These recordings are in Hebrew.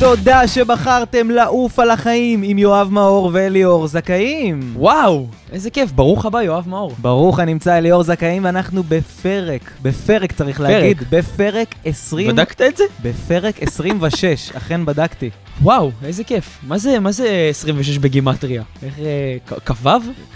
תודה שבחרתם לעוף על החיים עם יואב מאור ואליאור זכאים. וואו, איזה כיף, ברוך הבא יואב מאור. ברוך הנמצא אליאור זכאים, ואנחנו בפרק צריך להגיד, בפרק 20. בדקת את זה? בפרק 26, אכן בדקתי. וואו, איזה כיף. מה זה 26 בגימטריה? איך, כ"ו?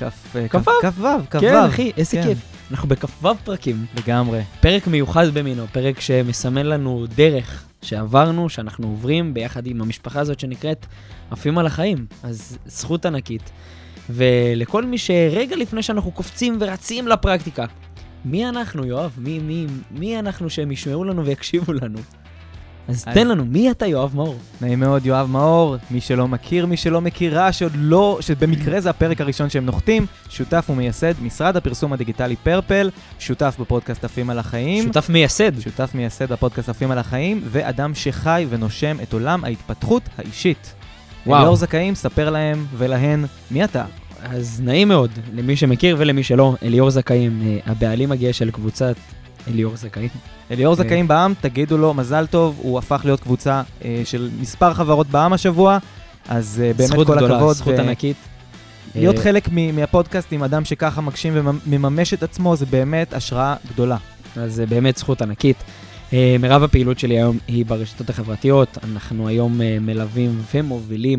כ"ו. כן, אחי, איזה כיף. אנחנו בכ"ו פרקים. לגמרי. פרק מיוחד במינו, פרק שמסמן לנו דרך שעברנו, שאנחנו עוברים ביחד עם המשפחה הזאת שנקראת עפים על החיים. אז זכות ענקית. ולכל מי שרגע לפני שאנחנו קופצים ורצים לפרקטיקה, מי אנחנו, יואב? מי אנחנו שהם ישמעו לנו ויקשיבו לנו? אז תן לנו, מי אתה יואב מאור? נעים מאוד, יואב מאור, מי שלא מכיר, מי שלא מכירה, שבמקרה זה הפרק הראשון שהם נוחתים, שותף ומייסד משרד הפרסום הדיגיטלי פרפל, שותף בפודקאסט עפים על החיים. שותף מייסד בפודקאסט עפים על החיים, ואדם שחי ונושם את עולם ההתפתחות האישית. אליאור זכאים, ספר להם ולהן, מי אתה? אז נעים מאוד, למי שמכיר ולמי שלא, אליאור זכאים, הבעלים הגאה של קבוצת אליאור זכאים. אליאור זכאים בעם, תגידו לו מזל טוב, הוא הפך להיות קבוצה של מספר חברות בעם השבוע, אז באמת כל הכבוד. זכות ענקית. להיות חלק מהפודקאסט עם אדם שככה מגשים ומממש את עצמו, זה באמת השראה גדולה. אז זה באמת זכות ענקית. מרב הפעילות שלי היום היא ברשתות החברתיות, אנחנו היום מלווים ומובילים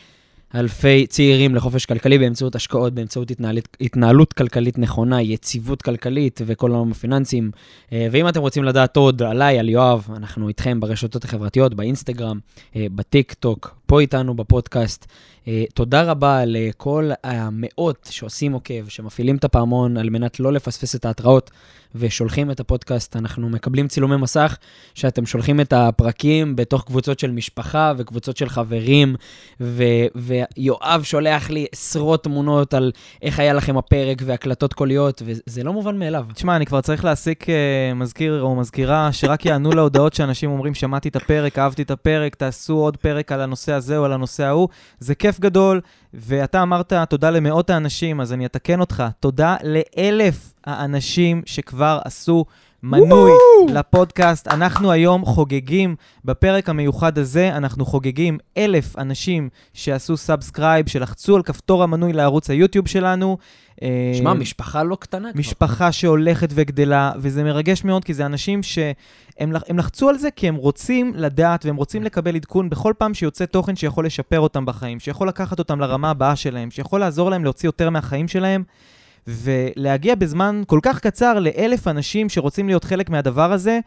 אלפי צעירים לחופש כלכלי באמצעות השקעות, באמצעות התנהלות כלכלית נכונה, יציבות כלכלית וכל העולם הפיננסיים. ואם אתם רוצים לדעת עוד עליי, על יואב, אנחנו איתכם ברשתות החברתיות, באינסטגרם, בטיק טוק, פה איתנו בפודקאסט. תודה רבה לכל המאות שעושים עוקב, שמפעילים את הפעמון על מנת לא לפספס את ההתראות ושולחים את הפודקאסט. אנחנו מקבלים צילומי מסך שאתם שולחים את הפרקים בתוך קבוצות של משפחה וקבוצות של חברים, ויואב שולח לי עשרות תמונות על איך היה לכם הפרק והקלטות קוליות, וזה לא מובן מאליו. תשמע, אני כבר צריך להסיק מזכיר או מזכירה שרק יענו להודעות שאנשים אומרים, שמעתי את הפרק, אהבתי את הפרק, תעשו עוד פרק על הנושא הזה או על הנושא ההוא. זה כיף גדול, ואתה אמרת תודה למאות האנשים, אז אני אתקן אותך. תודה ל1,000 האנשים שכבר עשו מנוי לפודקאסט. אנחנו היום חוגגים, בפרק המיוחד הזה, אנחנו חוגגים 1,000 אנשים שעשו סאבסקרייב, שלחצו על כפתור המנוי לערוץ היוטיוב שלנו. שמע, משפחה לא קטנה. משפחה שהולכת וגדלה, וזה מרגש מאוד, כי זה אנשים שהם לחצו על זה, כי הם רוצים לדעת, והם רוצים לקבל עדכון בכל פעם שיוצא תוכן שיכול לשפר אותם בחיים, שיכול לקחת אותם לרמה הבאה שלהם, שיכול לעזור להם להוציא יותר מהחיים שלהם, ולהגיע בזמן כל כך קצר ל1,000 אנשים שרוצים להיות חלק מהדבר הזה,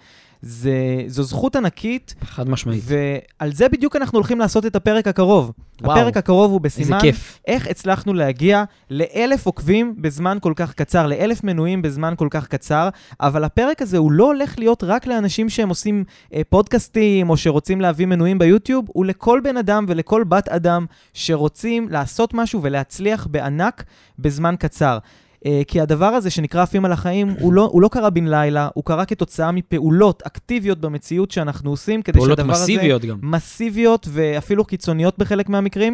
זו זכות ענקית. חד משמעית. ועל זה בדיוק אנחנו הולכים לעשות את הפרק הקרוב. וואו. הפרק הקרוב הוא בסימן איך הצלחנו להגיע ל1,000 עוקבים בזמן כל כך קצר, ל1,000 מנויים בזמן כל כך קצר, אבל הפרק הזה הוא לא הולך להיות רק לאנשים שהם עושים פודקאסטים או שרוצים להביא מנויים ביוטיוב, הוא לכל בן אדם ולכל בת אדם שרוצים לעשות משהו ולהצליח בענק בזמן קצר. כי הדבר הזה שנקרא עפים על החיים, הוא לא קרה בן לילה, הוא קרה כתוצאה מפעולות אקטיביות במציאות שאנחנו עושים, כדי שהדבר הזה... מסיביות גם. מסיביות ואפילו קיצוניות בחלק מהמקרים,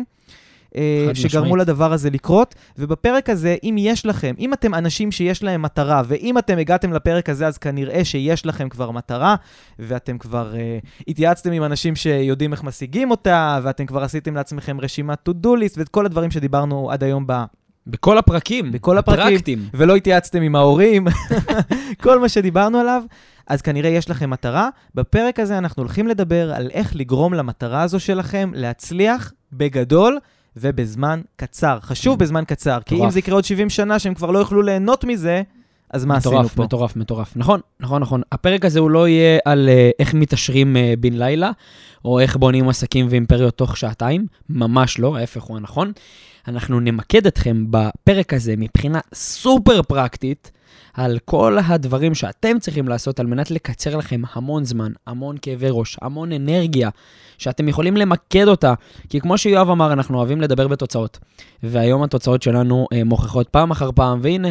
שגרמו לדבר הזה לקרות. ובפרק הזה, אם יש לכם, אם אתם אנשים שיש להם מטרה, ואם אתם הגעתם לפרק הזה, אז כנראה שיש לכם כבר מטרה, ואתם כבר התייעצתם עם אנשים שיודעים איך משיגים אותה, ואתם כבר עשיתם לעצמכם רשימת to-do list, ואת כל הדברים שדיברנו עד היום בכל הפרקים. בכל הפרקים. ולא התייעצתם עם ההורים. כל מה שדיברנו עליו. אז כנראה יש לכם מטרה. בפרק הזה אנחנו הולכים לדבר על איך לגרום למטרה הזו שלכם להצליח בגדול ובזמן קצר. חשוב בזמן קצר. כי אם זה יקרה עוד 70 שנה שהם כבר לא יוכלו ליהנות מזה, אז מה עשינו פה? מטורף. נכון. הפרק הזה הוא לא יהיה על איך מתעשרים בן לילה, או איך בונים עסקים ואימפריות תוך שעתיים. ממש לא, ההפך הוא הנכון. אנחנו נמקד אתכם בפרק הזה מבחינה סופר פרקטית על כל הדברים שאתם צריכים לעשות על מנת לקצר לכם המון זמן, המון כאבי ראש, המון אנרגיה, שאתם יכולים למקד אותה, כי כמו שיואב אמר, אנחנו אוהבים לדבר בתוצאות, והיום התוצאות שלנו מוכיחות פעם אחר פעם, והנה,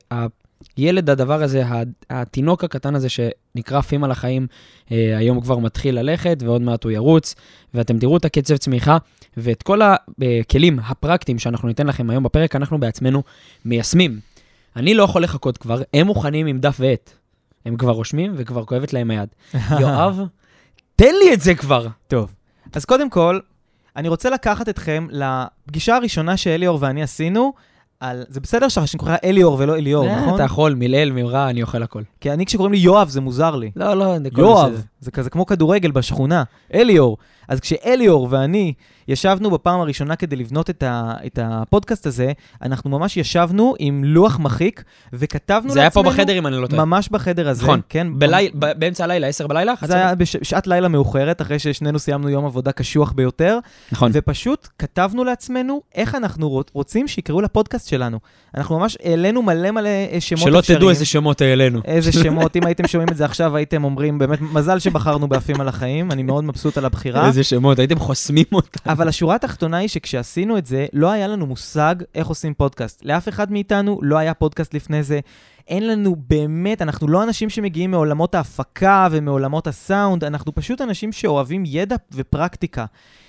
ילד הדבר הזה, התינוק הקטן הזה שנקרא עפים על החיים, היום כבר מתחיל ללכת, ועוד מעט הוא ירוץ, ואתם תראו את הקצב צמיחה, ואת כל הכלים הפרקטיים שאנחנו ניתן לכם היום בפרק, אנחנו בעצמנו מיישמים. אני לא יכול לחכות כבר, הם מוכנים עם דף ועט. הם כבר רושמים וכבר כואבת להם היד. יואב, תן לי את זה כבר. טוב, אז קודם כל, אני רוצה לקחת אתכם לפגישה הראשונה שאליאור ואני עשינו, זה בסדר שאני קורא אליאור ולא אליאור, נכון? אתה יכול, מילל, מימרה, אני אוכל הכל. כי אני כשקוראים לי יואב זה מוזר לי. לא, יואב, זה כזה כמו כדורגל בשכונה, אליאור. אז כשאליאור ואני ישבנו בפעם הראשונה כדי לבנות את הפודקאסט הזה, אנחנו ממש ישבנו עם לוח מחיק, וכתבנו לעצמנו... זה היה פה בחדר, אם אני לא טועה. ממש בחדר הזה. נכון, כן? באמצע הלילה, 10 בלילה? זה היה בשעת לילה מאוחרת, אחרי ששנינו סיימנו יום עבודה קשוח ביותר. נכון. ופשוט כתבנו לעצמנו איך אנחנו רוצים שיקראו לפודקאסט שלנו. אנחנו ממש העלינו מלא שמות שלא תדעו איזה שמות העלינו. איזה שמות, אם הייתם שומעים את זה עכשיו, הייתם אומרים, באמת, מזל שבחרנו באפים על החיים, אני מאוד מבסוט על הבחירה. איזה שמות, הייתם חוסמים אותם. אבל השורה התחתונה היא שכשעשינו את זה, לא היה לנו מושג איך עושים פודקאסט. לאף אחד מאיתנו לא היה פודקאסט לפני זה. אין לנו באמת, אנחנו לא אנשים שמגיעים מעולמות ההפקה ומעולמות הסאונד, אנחנו פשוט אנשים שאוהבים ידע ופרקטיקה.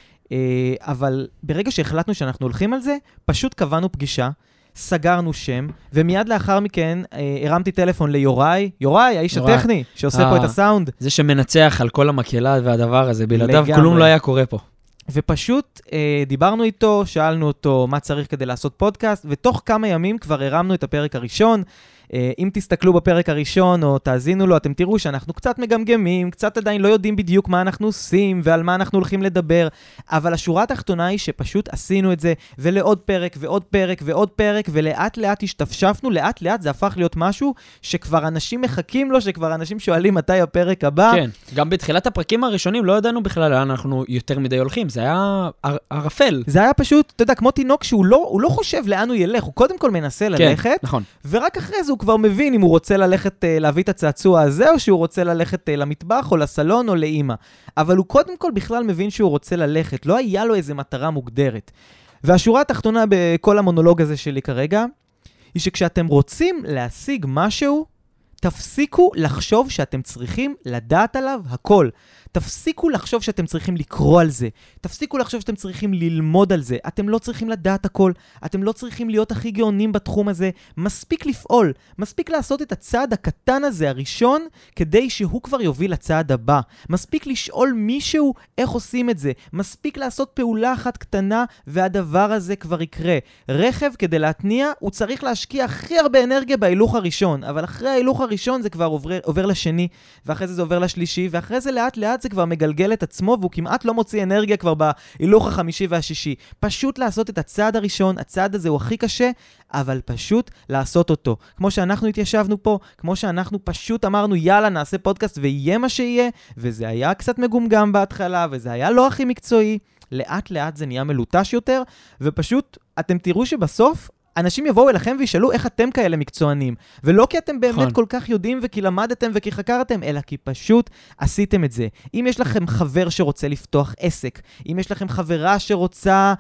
אבל ברגע שהחלטנו שאנחנו הולכים על זה, פשוט קבענו פגישה, סגרנו שם, ומיד לאחר מכן הרמתי טלפון ליוראי, האיש הטכני, שעושה פה את הסאונד. זה שמנצח על כל המקהלה והדבר הזה, בלעדיו כלום לא היה קורה פה. ופשוט דיברנו איתו, שאלנו אותו מה צריך כדי לעשות פודקאסט, ותוך כמה ימים כבר הרמנו את הפרק הראשון. אם תסתכלו בפרק הראשון או תאזינו לו, אתם תראו שאנחנו קצת מגמגמים, קצת עדיין לא יודעים בדיוק מה אנחנו עושים ועל מה אנחנו הולכים לדבר, אבל השורה התחתונה היא שפשוט עשינו את זה, ולעוד פרק ועוד פרק ועוד פרק, ולאט לאט השתפשפנו, לאט לאט זה הפך להיות משהו שכבר אנשים מחכים לו, שכבר אנשים שואלים מתי הפרק הבא. כן, גם בתחילת הפרקים הראשונים לא ידענו בכלל לאן אנחנו יותר מדי הולכים, זה היה ערפל. זה היה פשוט, אתה יודע, כמו תינוק שהוא לא חושב לאן הוא ילך, הוא קודם כל מנסה ללכת, כן, נכון. ורק אחרי זה הוא כבר מבין אם הוא רוצה ללכת להביא את הצעצוע הזה, או שהוא רוצה ללכת למטבח, או לסלון, או לאמא. אבל הוא קודם כל בכלל מבין שהוא רוצה ללכת, לא היה לו איזה מטרה מוגדרת. והשורה התחתונה בכל המונולוג הזה שלי כרגע, היא שכשאתם רוצים להשיג משהו, תפסיקו לחשוב שאתם צריכים לדעת עליו הכל. תפסיקו לחשוב שאתם צריכים לקרוא על זה. תפסיקו לחשוב שאתם צריכים ללמוד על זה. אתם לא צריכים לדעת הכל. אתם לא צריכים להיות הכי גאונים בתחום הזה. מספיק לפעול. מספיק לעשות את הצעד הקטן הזה הראשון, כדי שהוא כבר יוביל לצעד הבא. מספיק לשאול מישהו איך עושים את זה. מספיק לעשות פעולה אחת קטנה, והדבר הזה כבר יקרה. רכב כדי להתניע, הוא צריך להשקיע הכי הרבה אנרגיה בהילוך הראשון. אבל אחרי ההילוך הראשון זה כבר עובר לשני, ואחרי זה עובר לשלישי, ואחרי זה לאט לאט זה כבר מגלגל את עצמו, והוא כמעט לא מוציא אנרגיה כבר בהילוך החמישי והשישי. פשוט לעשות את הצעד הראשון, הצעד הזה הוא הכי קשה, אבל פשוט לעשות אותו. כמו שאנחנו התיישבנו פה, כמו שאנחנו פשוט אמרנו, יאללה, נעשה פודקאסט ויהיה מה שיהיה, וזה היה קצת מגומגם בהתחלה, וזה היה לא הכי מקצועי. לאט לאט זה נהיה מלוטש יותר, ופשוט אתם תראו שבסוף אנשים יבואו אליכם וישאלו איך אתם כאלה מקצוענים, ולא כי אתם באמת כל כך יודעים וכי למדתם וכי חקרתם, אלא כי פשוט עשיתם את זה. אם יש לכם חבר שרוצה לפתוח עסק, אם יש לכם חברה שרוצה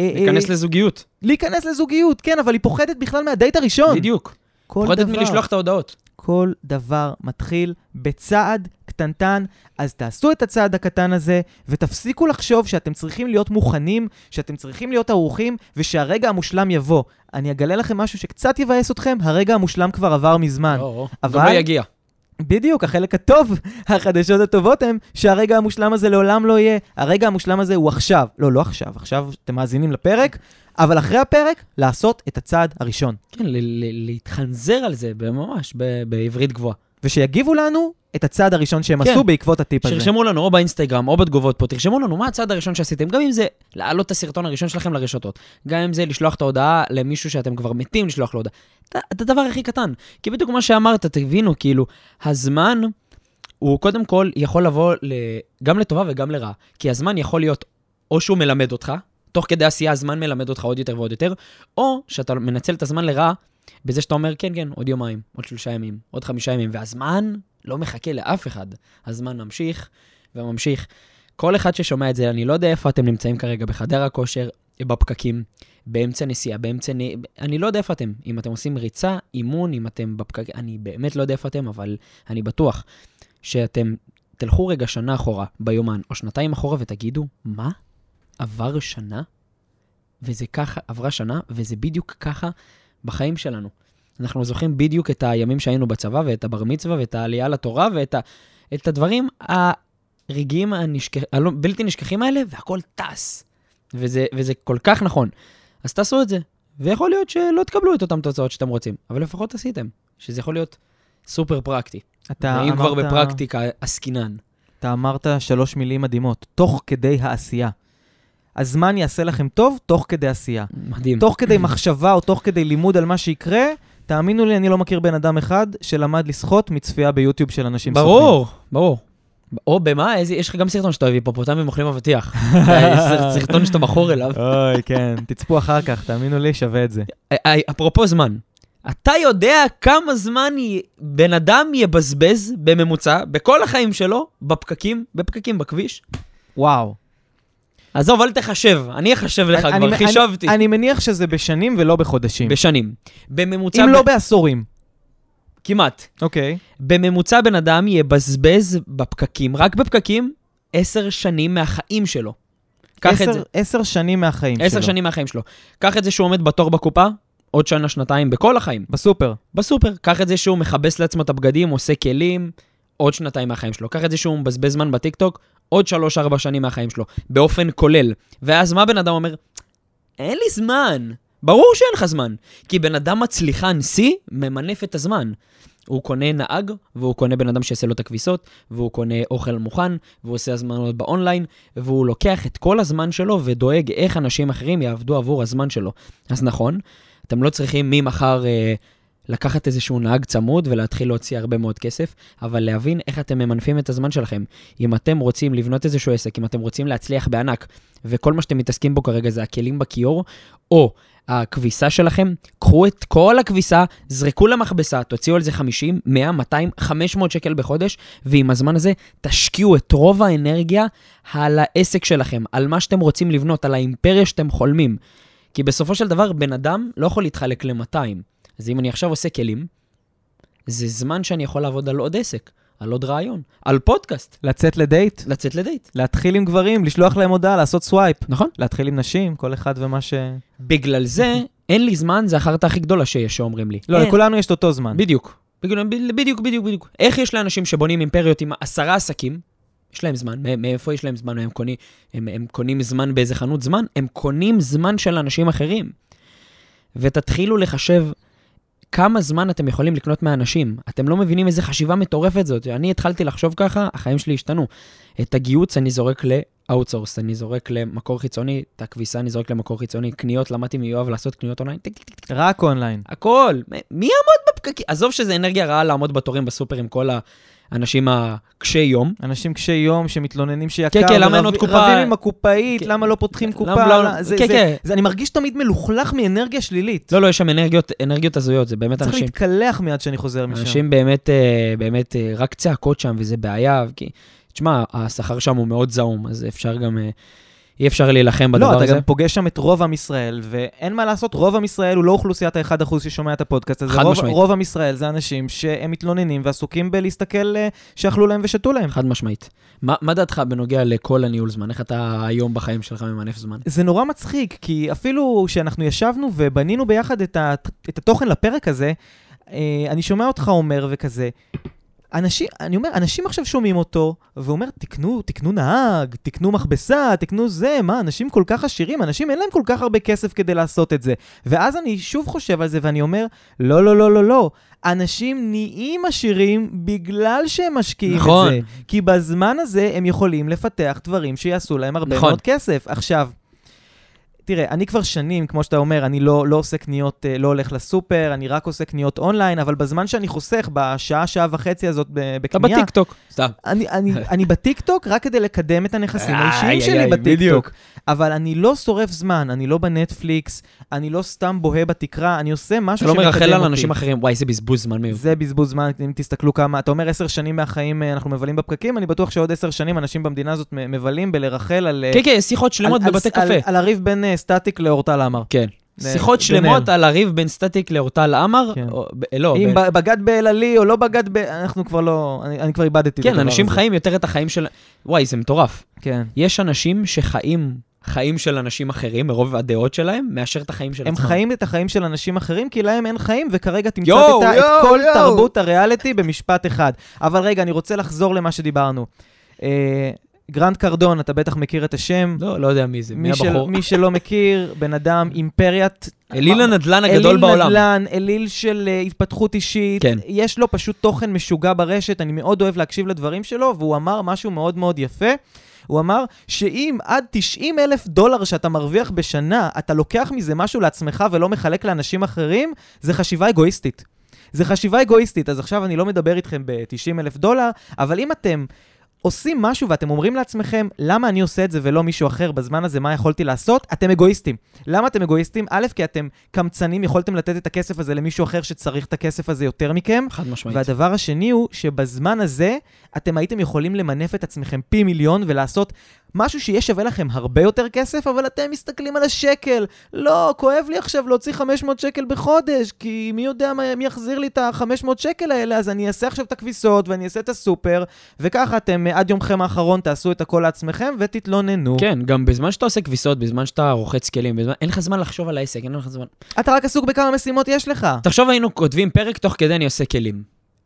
להיכנס לזוגיות, כן, אבל היא פוחדת בכלל מהדייט הראשון. בדיוק. פוחדת מלשלוח את ההודעות. כל דבר מתחיל בצעד קטנטן, אז תעשו את הצעד הקטן הזה, ותפסיקו לחשוב שאתם צריכים להיות מוכנים, שאתם צריכים להיות ערוכים, ושהרגע המושלם יבוא. אני אגלה לכם משהו שקצת יבאס אתכם, הרגע המושלם כבר עבר מזמן. אבל לא יגיע. בדיוק, החלק הטוב, החדשות הטובות הם שהרגע המושלם הזה לעולם לא יהיה. הרגע המושלם הזה הוא עכשיו. לא עכשיו. עכשיו אתם מאזינים לפרק, אבל אחרי הפרק, לעשות את הצעד הראשון. כן, להתחנזר על זה ממש בעברית גבוהה. ושיגיבו לנו את הצעד הראשון שהם עשו בעקבות הטיפ הזה. שרשמו לנו או באינסטגרם או בתגובות פה, תרשמו לנו מה הצעד הראשון שעשיתם, גם אם זה להעלות את הסרטון הראשון שלכם לרשתות, גם אם זה לשלוח את ההודעה למישהו שאתם כבר מתים לשלוח לו הודעה. את הדבר הכי קטן, כי בדיוק מה שאמרת, תבינו, כאילו, הזמן הוא קודם כל יכול לבוא גם לטובה וגם לרעה, כי הזמן יכול להיות או שהוא מלמד אותך, תוך כדי עשייה הזמן מלמד אותך עוד יותר ועוד יותר, או שאתה מנצל את הזמן לרעה, בזה שאתה אומר, כן, עוד יומיים, עוד 3 ימים, עוד 5 ימים, והזמן לא מחכה לאף אחד. הזמן ממשיך וממשיך. כל אחד ששומע את זה, אני לא יודע איפה אתם נמצאים כרגע, בחדר הכושר, בפקקים, באמצע נסיעה, אני לא יודע איפה אתם. אם אתם עושים ריצה, אימון, אם אתם בפקקים, אני באמת לא יודע איפה אתם, אבל אני בטוח שאתם תלכו רגע שנה אחורה ביומן, או 2 אחורה, ותגידו, מה? עבר שנה? וזה ככה, עברה שנה, וזה בדיוק ככה בחיים שלנו. אנחנו זוכרים בדיוק את הימים שהיינו בצבא, ואת הבר מצווה, ואת העלייה לתורה, ואת הדברים הרגעים בלתי נשכחים האלה, והכל טס. וזה כל כך נכון. אז תעשו את זה. ויכול להיות שלא תקבלו את אותם תוצאות שאתם רוצים, אבל לפחות עשיתם. שזה יכול להיות סופר פרקטי. ואם כבר בפרקטיקה, עסקינן. אתה אמרת 3 מילים מדהימות, תוך כדי העשייה. הזמן יעשה לכם טוב, תוך כדי עשייה. מדהים. תוך כדי מחשבה או תוך כדי לימוד על מה שיקרה, תאמינו לי, אני לא מכיר בן אדם אחד שלמד לשחות מצפייה ביוטיוב של אנשים שוחים. ברור. או במה? יש לך גם סרטון שאתה אוהב, היפופוטמים אוכלים אבטיח. סרטון שאתה בחור אליו. אוי, כן. תצפו אחר כך, תאמינו לי, שווה את זה. אפרופו זמן. אתה יודע כמה זמן בן אדם יבזבז בממוצע, בכל החיים שלו, בפקקים בכביש? וואו. עזוב, אל תחשב. אני אחשב לך כבר, חישבתי. אני מניח שזה בשנים ולא בחודשים. בשנים. בממוצע... אם לא בעשורים. כמעט. אוקיי. בממוצע בן אדם יבזבז בפקקים, רק בפקקים, 10 שנים מהחיים שלו. 10 שנים מהחיים שלו. 10 שנים מהחיים שלו. קח את זה שהוא עומד בתור בקופה, עוד שנה, שנתיים, בכל החיים. בסופר. קח את זה שהוא מחבס לעצמו את הבגדים, עושה כלים, עוד שנתיים מהחיים שלו. קח את זה שהוא מבזבז זמן בטיקטוק, עוד 3-4 שנים מהחיים שלו. באופן כולל. ואז מה בן אדם אומר? אין לי זמן. ברור שאין לך זמן. כי בן אדם מצליחן C ממנף את הזמן. הוא קונה נהג, והוא קונה בן אדם שיעשה לו את הכביסות, והוא קונה אוכל מוכן, והוא עושה הזמנות באונליין, והוא לוקח את כל הזמן שלו ודואג איך אנשים אחרים יעבדו עבור הזמן שלו. אז נכון, אתם לא צריכים ממחר לקחת איזשהו נהג צמוד ולהתחיל להוציא הרבה מאוד כסף, אבל להבין איך אתם ממנפים את הזמן שלכם. אם אתם רוצים לבנות איזשהו עסק, אם אתם רוצים להצליח בענק, וכל מה שאתם מתעסקים בו כרגע זה הכלים בכיור, או הכביסה שלכם, קחו את כל הכביסה, זרקו למכבסה, תוציאו על זה 50, 100, 200, 500 שקל בחודש, ועם הזמן הזה תשקיעו את רוב האנרגיה על העסק שלכם, על מה שאתם רוצים לבנות, על האימפריה שאתם חולמים. כי בסופו של דבר, בן אדם לא יכול להתחלק ל-200. אז אם אני עכשיו עושה כלים, זה זמן שאני יכול לעבוד על עוד עסק, על עוד רעיון, על פודקאסט. לצאת לדייט. להתחיל עם גברים, לשלוח להם הודעה, לעשות סווייפ. נכון. להתחיל עם נשים, כל אחד ומה ש... בגלל זה, אין לי זמן, זה החרטה הכי גדולה שיש, שאומרים לי. לא, לכולנו יש אותו זמן. בדיוק. איך יש לאנשים שבונים אימפריות עם 10 עסקים, יש להם זמן, מאיפה יש להם זמן? הם קונים זמן באיזה חנות זמן? הם קונים זמן של אנשים אחרים. ותתחילו לחשב כמה זמן אתם יכולים לקנות מהאנשים. אתם לא מבינים איזה חשיבה מטורפת זאת. אני התחלתי לחשוב ככה, החיים שלי השתנו. את הגיוץ אני זורק לאוטסורס, אני זורק למקור חיצוני, את הכביסה אני זורק למקור חיצוני, קניות, למדתי מיואב לעשות קניות אונליין. רק אונליין. הכל. מי יעמוד בפקקים? עזוב שזה אנרגיה רעה לעמוד בתורים בסופר עם כל האנשים הקשי יום. אנשים קשי יום שמתלוננים שיקר, כן, למה אין עוד קופה? רבים עם הקופאית, למה לא פותחים קופה? אני מרגיש תמיד מלוכלך מאנרגיה שלילית. לא, יש שם אנרגיות הזויות, זה באמת אנשים... צריך להתקלח מיד שאני חוזר משם. אנשים באמת רק צעקות שם, וזה בעיה, כי... תשמע, השכר שם הוא מאוד זעום, אז אפשר גם... אי אפשר להילחם בדבר הזה. לא, אתה גם פוגש שם את רוב עם ישראל, ואין מה לעשות, רוב עם ישראל הוא לא אוכלוסיית ה-1% ששומע את הפודקאסט הזה. רוב עם ישראל זה אנשים שהם מתלוננים ועסוקים בלהסתכל שאכלו להם ושתו להם. חד משמעית. מה דעתך בנוגע לכל הניהול זמן? איך אתה היום בחיים שלך ממנף זמן? זה נורא מצחיק, כי אפילו שאנחנו ישבנו ובנינו ביחד את התוכן לפרק הזה, אני שומע אותך אומר וכזה, אנשים עכשיו שומעים אותו, ואומר, תקנו נהג, תקנו מכבסה, תקנו זה, מה, אנשים כל כך עשירים, אנשים אין להם כל כך הרבה כסף כדי לעשות את זה. ואז אני שוב חושב על זה, ואני אומר, לא, אנשים נהיים עשירים בגלל שהם משקיעים את זה. כי בזמן הזה הם יכולים לפתח דברים שיעשו להם הרבה מאוד כסף. עכשיו, תראה, אני כבר שנים, כמו שאתה אומר, אני לא עושה קניות, לא הולך לסופר, אני רק עושה קניות אונליין, אבל בזמן שאני חוסך, שעה וחצי הזאת בקנייה... אתה בטיקטוק, סתם. אני בטיקטוק רק כדי לקדם את הנכסים האישיים שלי בטיקטוק. אבל אני לא שורף זמן, אני לא בנטפליקס, אני לא סתם בוהה בתקרה, אני עושה משהו שמקדם אותי. אתה לא מרחל על אנשים אחרים, וואי, זה בזבוז זמן מיוחד. זה בזבוז זמן, אם תסתכלו כמה, אתה אומר 10 שנים מהחיים אנחנו מבלים בפקקים, אני בטוח שעוד 10 שנים אנשים במדינה הזאת מבלים בלרחל על... כן, שיחות שלמות בבתי קפה. על הריב בין סטטיק לאורטל אמר. כן. שיחות שלמות על הריב בין סטטיק לאורטל אמר. אם בגד באלעלי או לא בגד אנחנו כבר לא... אני כבר איבדתי. כן, אנשים חיים יותר את החיים של... וואי, זה מטורף. כן. יש אנשים חיים של אנשים אחרים, מרוב הדעות שלהם, מאשר את החיים של עצמם. הם חיים את החיים של אנשים אחרים, כי להם אין חיים, וכרגע תמצאת את כל תרבות הריאליטי במשפט אחד. אבל רגע, אני רוצה לחזור למה שדיברנו. גרנט קרדון, אתה בטח מכיר את השם. לא יודע מי זה, מי הבחור. מי שלא מכיר, בן אדם, אימפריית... אליל הנדלן הגדול בעולם. אליל נדלן, אליל של התפתחות אישית. כן. יש לו פשוט תוכן משוגע ברשת, אני מאוד אוהב להקשיב לדברים שלו, והוא אמר משהו מאוד מאוד יפה. הוא אמר שאם עד $90,000 שאתה מרוויח בשנה, אתה לוקח מזה משהו לעצמך ולא מחלק לאנשים אחרים, זה חשיבה אגואיסטית. זה חשיבה אגואיסטית. אז עכשיו אני לא מדבר איתכם $90,000, אבל אם אתם עושים משהו ואתם אומרים לעצמכם, למה אני עושה את זה ולא מישהו אחר בזמן הזה, מה יכולתי לעשות? אתם אגואיסטים. למה אתם אגואיסטים? א', כי אתם קמצנים, יכולתם לתת את הכסף הזה למישהו אחר שצריך את הכסף הזה יותר מכם. חד משמעית. והדבר השני הוא שבזמן הזה, אתם הייתם יכולים למנף את עצמכם פי מיליון ולעשות משהו שיהיה שווה לכם הרבה יותר כסף, אבל אתם מסתכלים על השקל. לא, כואב לי עכשיו להוציא 500 שקל בחודש, כי מי יודע מי יחזיר לי את ה-500 שקל האלה, אז אני אעשה עכשיו את הכביסות ואני אעשה את הסופר, וככה אתם עד יומכם האחרון תעשו את הכל לעצמכם ותתלוננו. כן, גם בזמן שאתה עושה כביסות, בזמן שאתה רוחץ כלים, אין לך זמן לחשוב על העסק, אין לך זמן. אתה רק עסוק בכמה משימות יש לך. תחשוב, היינו כותבים פרק תוך כדי אני עושה כלים.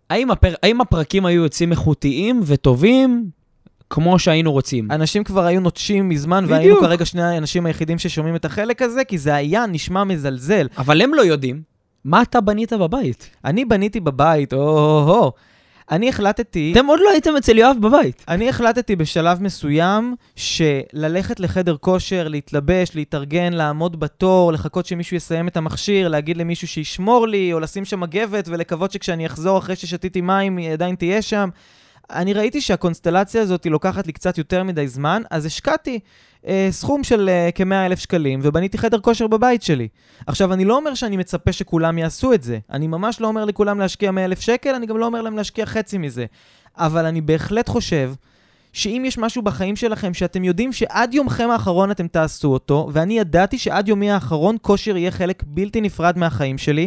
האם הפרקים היו יוצאים איכותיים וטובים? כמו שהיינו רוצים. אנשים כבר היו נוטשים מזמן, בדיוק. והיינו כרגע שני האנשים היחידים ששומעים את החלק הזה, כי זה היה נשמע מזלזל. אבל הם לא יודעים. מה אתה בנית בבית? אני בניתי בבית, אני החלטתי... אתם עוד לא הייתם אצל יואב בבית. אני החלטתי בשלב מסוים שללכת לחדר כושר, להתלבש, להתארגן, לעמוד בתור, לחכות שמישהו יסיים את המכשיר, להגיד למישהו שישמור לי, או לשים שם מגבת, ולקוות שכשאני אחזור אחרי ששתיתי מים, היא עדיין תהיה שם. אני ראיתי שהקונסטלציה הזאת לוקחת לי קצת יותר מדי זמן, אז השקעתי סכום של כ-100,000 שקלים, ובניתי חדר כושר בבית שלי. עכשיו, אני לא אומר שאני מצפה שכולם יעשו את זה. אני ממש לא אומר לכולם להשקיע 100,000 שקל, אני גם לא אומר להם להשקיע חצי מזה. אבל אני בהחלט חושב שאם יש משהו בחיים שלכם שאתם יודעים שעד יומכם האחרון אתם תעשו אותו, ואני ידעתי שעד יומי האחרון כושר יהיה חלק בלתי נפרד מהחיים שלי,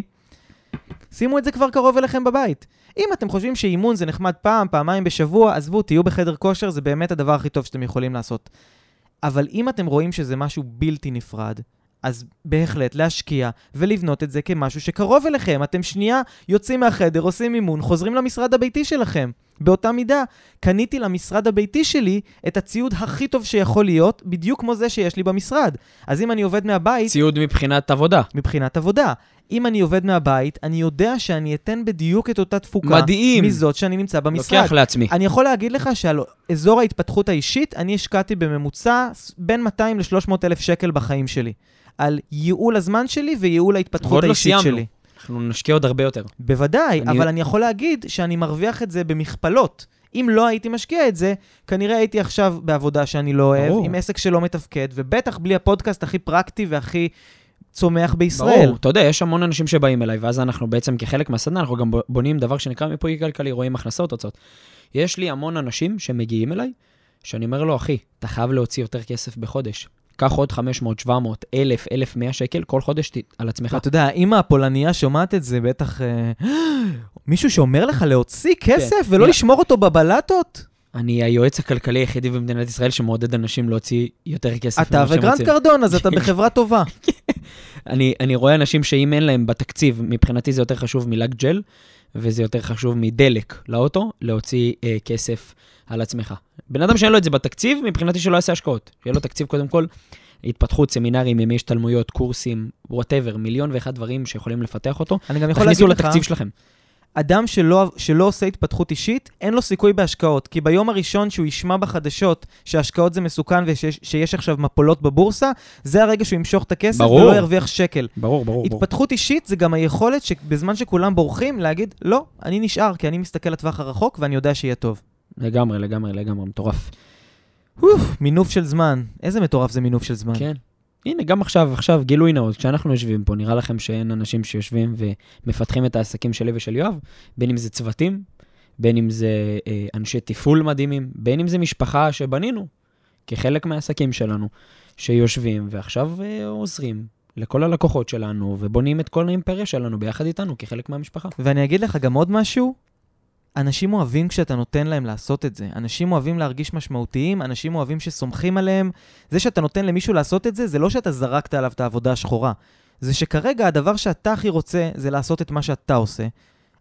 שימו את זה כבר קרוב אליכם בבית. אם אתם חושבים שאימון זה נחמד פעם, פעמיים בשבוע, עזבו, תהיו בחדר כושר, זה באמת הדבר הכי טוב שאתם יכולים לעשות. אבל אם אתם רואים שזה משהו בלתי נפרד, אז בהחלט להשקיע ולבנות את זה כמשהו שקרוב אליכם. אתם שנייה יוצאים מהחדר, עושים אימון, חוזרים למשרד הביתי שלכם. באותה מידה, קניתי למשרד הביתי שלי את הציוד הכי טוב שיכול להיות, בדיוק כמו זה שיש לי במשרד. אז אם אני עובד מהבית... ציוד מבחינת עבודה. מבחינת עבודה. אם אני עובד מהבית, אני יודע שאני אתן בדיוק את אותה תפוקה. מדהים. מזאת שאני נמצא במשרד. לוקח לעצמי. אני יכול להגיד לך שעל אזור ההתפתחות האישית, אני השקעתי בממוצע בין 200 ל-300 אלף שקל בחיים שלי. על ייעול הזמן שלי וייעול ההתפתחות האישית שלי. אנחנו נשקיע עוד הרבה יותר. בוודאי, אבל אני יכול להגיד שאני מרוויח את זה במכפלות. אם לא הייתי משקיע את זה, כנראה הייתי עכשיו בעבודה שאני לא אוהב, עם עסק שלא מתפקד, ובטח בלי הפודקאסט הכי פרקטי והכי צומח בישראל. ברור, אתה יודע, יש המון אנשים שבאים אליי, ואז אנחנו בעצם כחלק מהסדנה, אנחנו גם בונים דבר שנקרא מיפוי כלכלי, רואים הכנסות, הוצאות. יש לי המון אנשים שמגיעים אליי, שאני אומר לו, אחי, אתה חייב להוציא יותר כסף בחודש. קח עוד 500, 700, 1,000, 1,100 שקל, כל חודש על עצמך. אתה יודע, אמא הפולניה שומעת את זה, בטח מישהו שאומר לך להוציא כסף ולא לשמור אותו בבלטות? אני היועץ הכלכלי היחידי במדינת ישראל שמעודד אנשים להוציא יותר כסף. אתה וגרנט קרדון, אז אתה בחברה טובה. אני רואה אנשים שאם אין להם בתקציב, מבחינתי זה יותר חשוב מלק ג'ל, וזה יותר חשוב מדלק לאוטו, להוציא כסף על עצמך. בן אדם שאין לו את זה בתקציב, מבחינתי שלא יעשה השקעות. שיהיה לו תקציב קודם כל, התפתחות, סמינרים, ימי השתלמויות, קורסים, whatever, 1,000,001 דברים שיכולים לפתח אותו. אני גם יכול להגיד לך, לתקציב שלכם. אדם שלא עושה התפתחות אישית, אין לו סיכוי בהשקעות, כי ביום הראשון שהוא ישמע בחדשות שההשקעות זה מסוכן ושיש עכשיו מפולות בבורסה, זה הרגע שהוא ימשוך את הכסף ולא ירוויח שקל. ברור. התפתחות אישית זה גם היכולת שבזמן שכולם בורחים להגיד, לא, אני נשאר, כי אני מסתכל לטווח הרחוק ואני יודע שיהיה טוב. לגמרי, מטורף. מינוף של זמן. איזה מטורף זה מינוף של זמן. כן. הנה, גם עכשיו, גילוי נאות, כשאנחנו יושבים פה, נראה לכם שאין אנשים שיושבים ומפתחים את העסקים שלי ושל יואב, בין אם זה צוותים, בין אם זה אנשי תפעול מדהימים, בין אם זה משפחה שבנינו, כחלק מהעסקים שלנו, שיושבים ועכשיו עוזרים לכל הלקוחות שלנו, ובונים את כל האימפריה שלנו ביחד איתנו, כחלק מהמשפחה. ואני אגיד לך גם עוד משהו, אנשים אוהבים כשאתה נותן להם לעשות את זה. אנשים אוהבים להרגיש משמעותיים, אנשים אוהבים שסומכים עליהם. זה שאתה נותן למישהו לעשות את זה, זה לא שאתה זרקת עליו את העבודה השחורה. זה שכרגע הדבר שאתה הכי רוצה זה לעשות את מה שאתה עושה.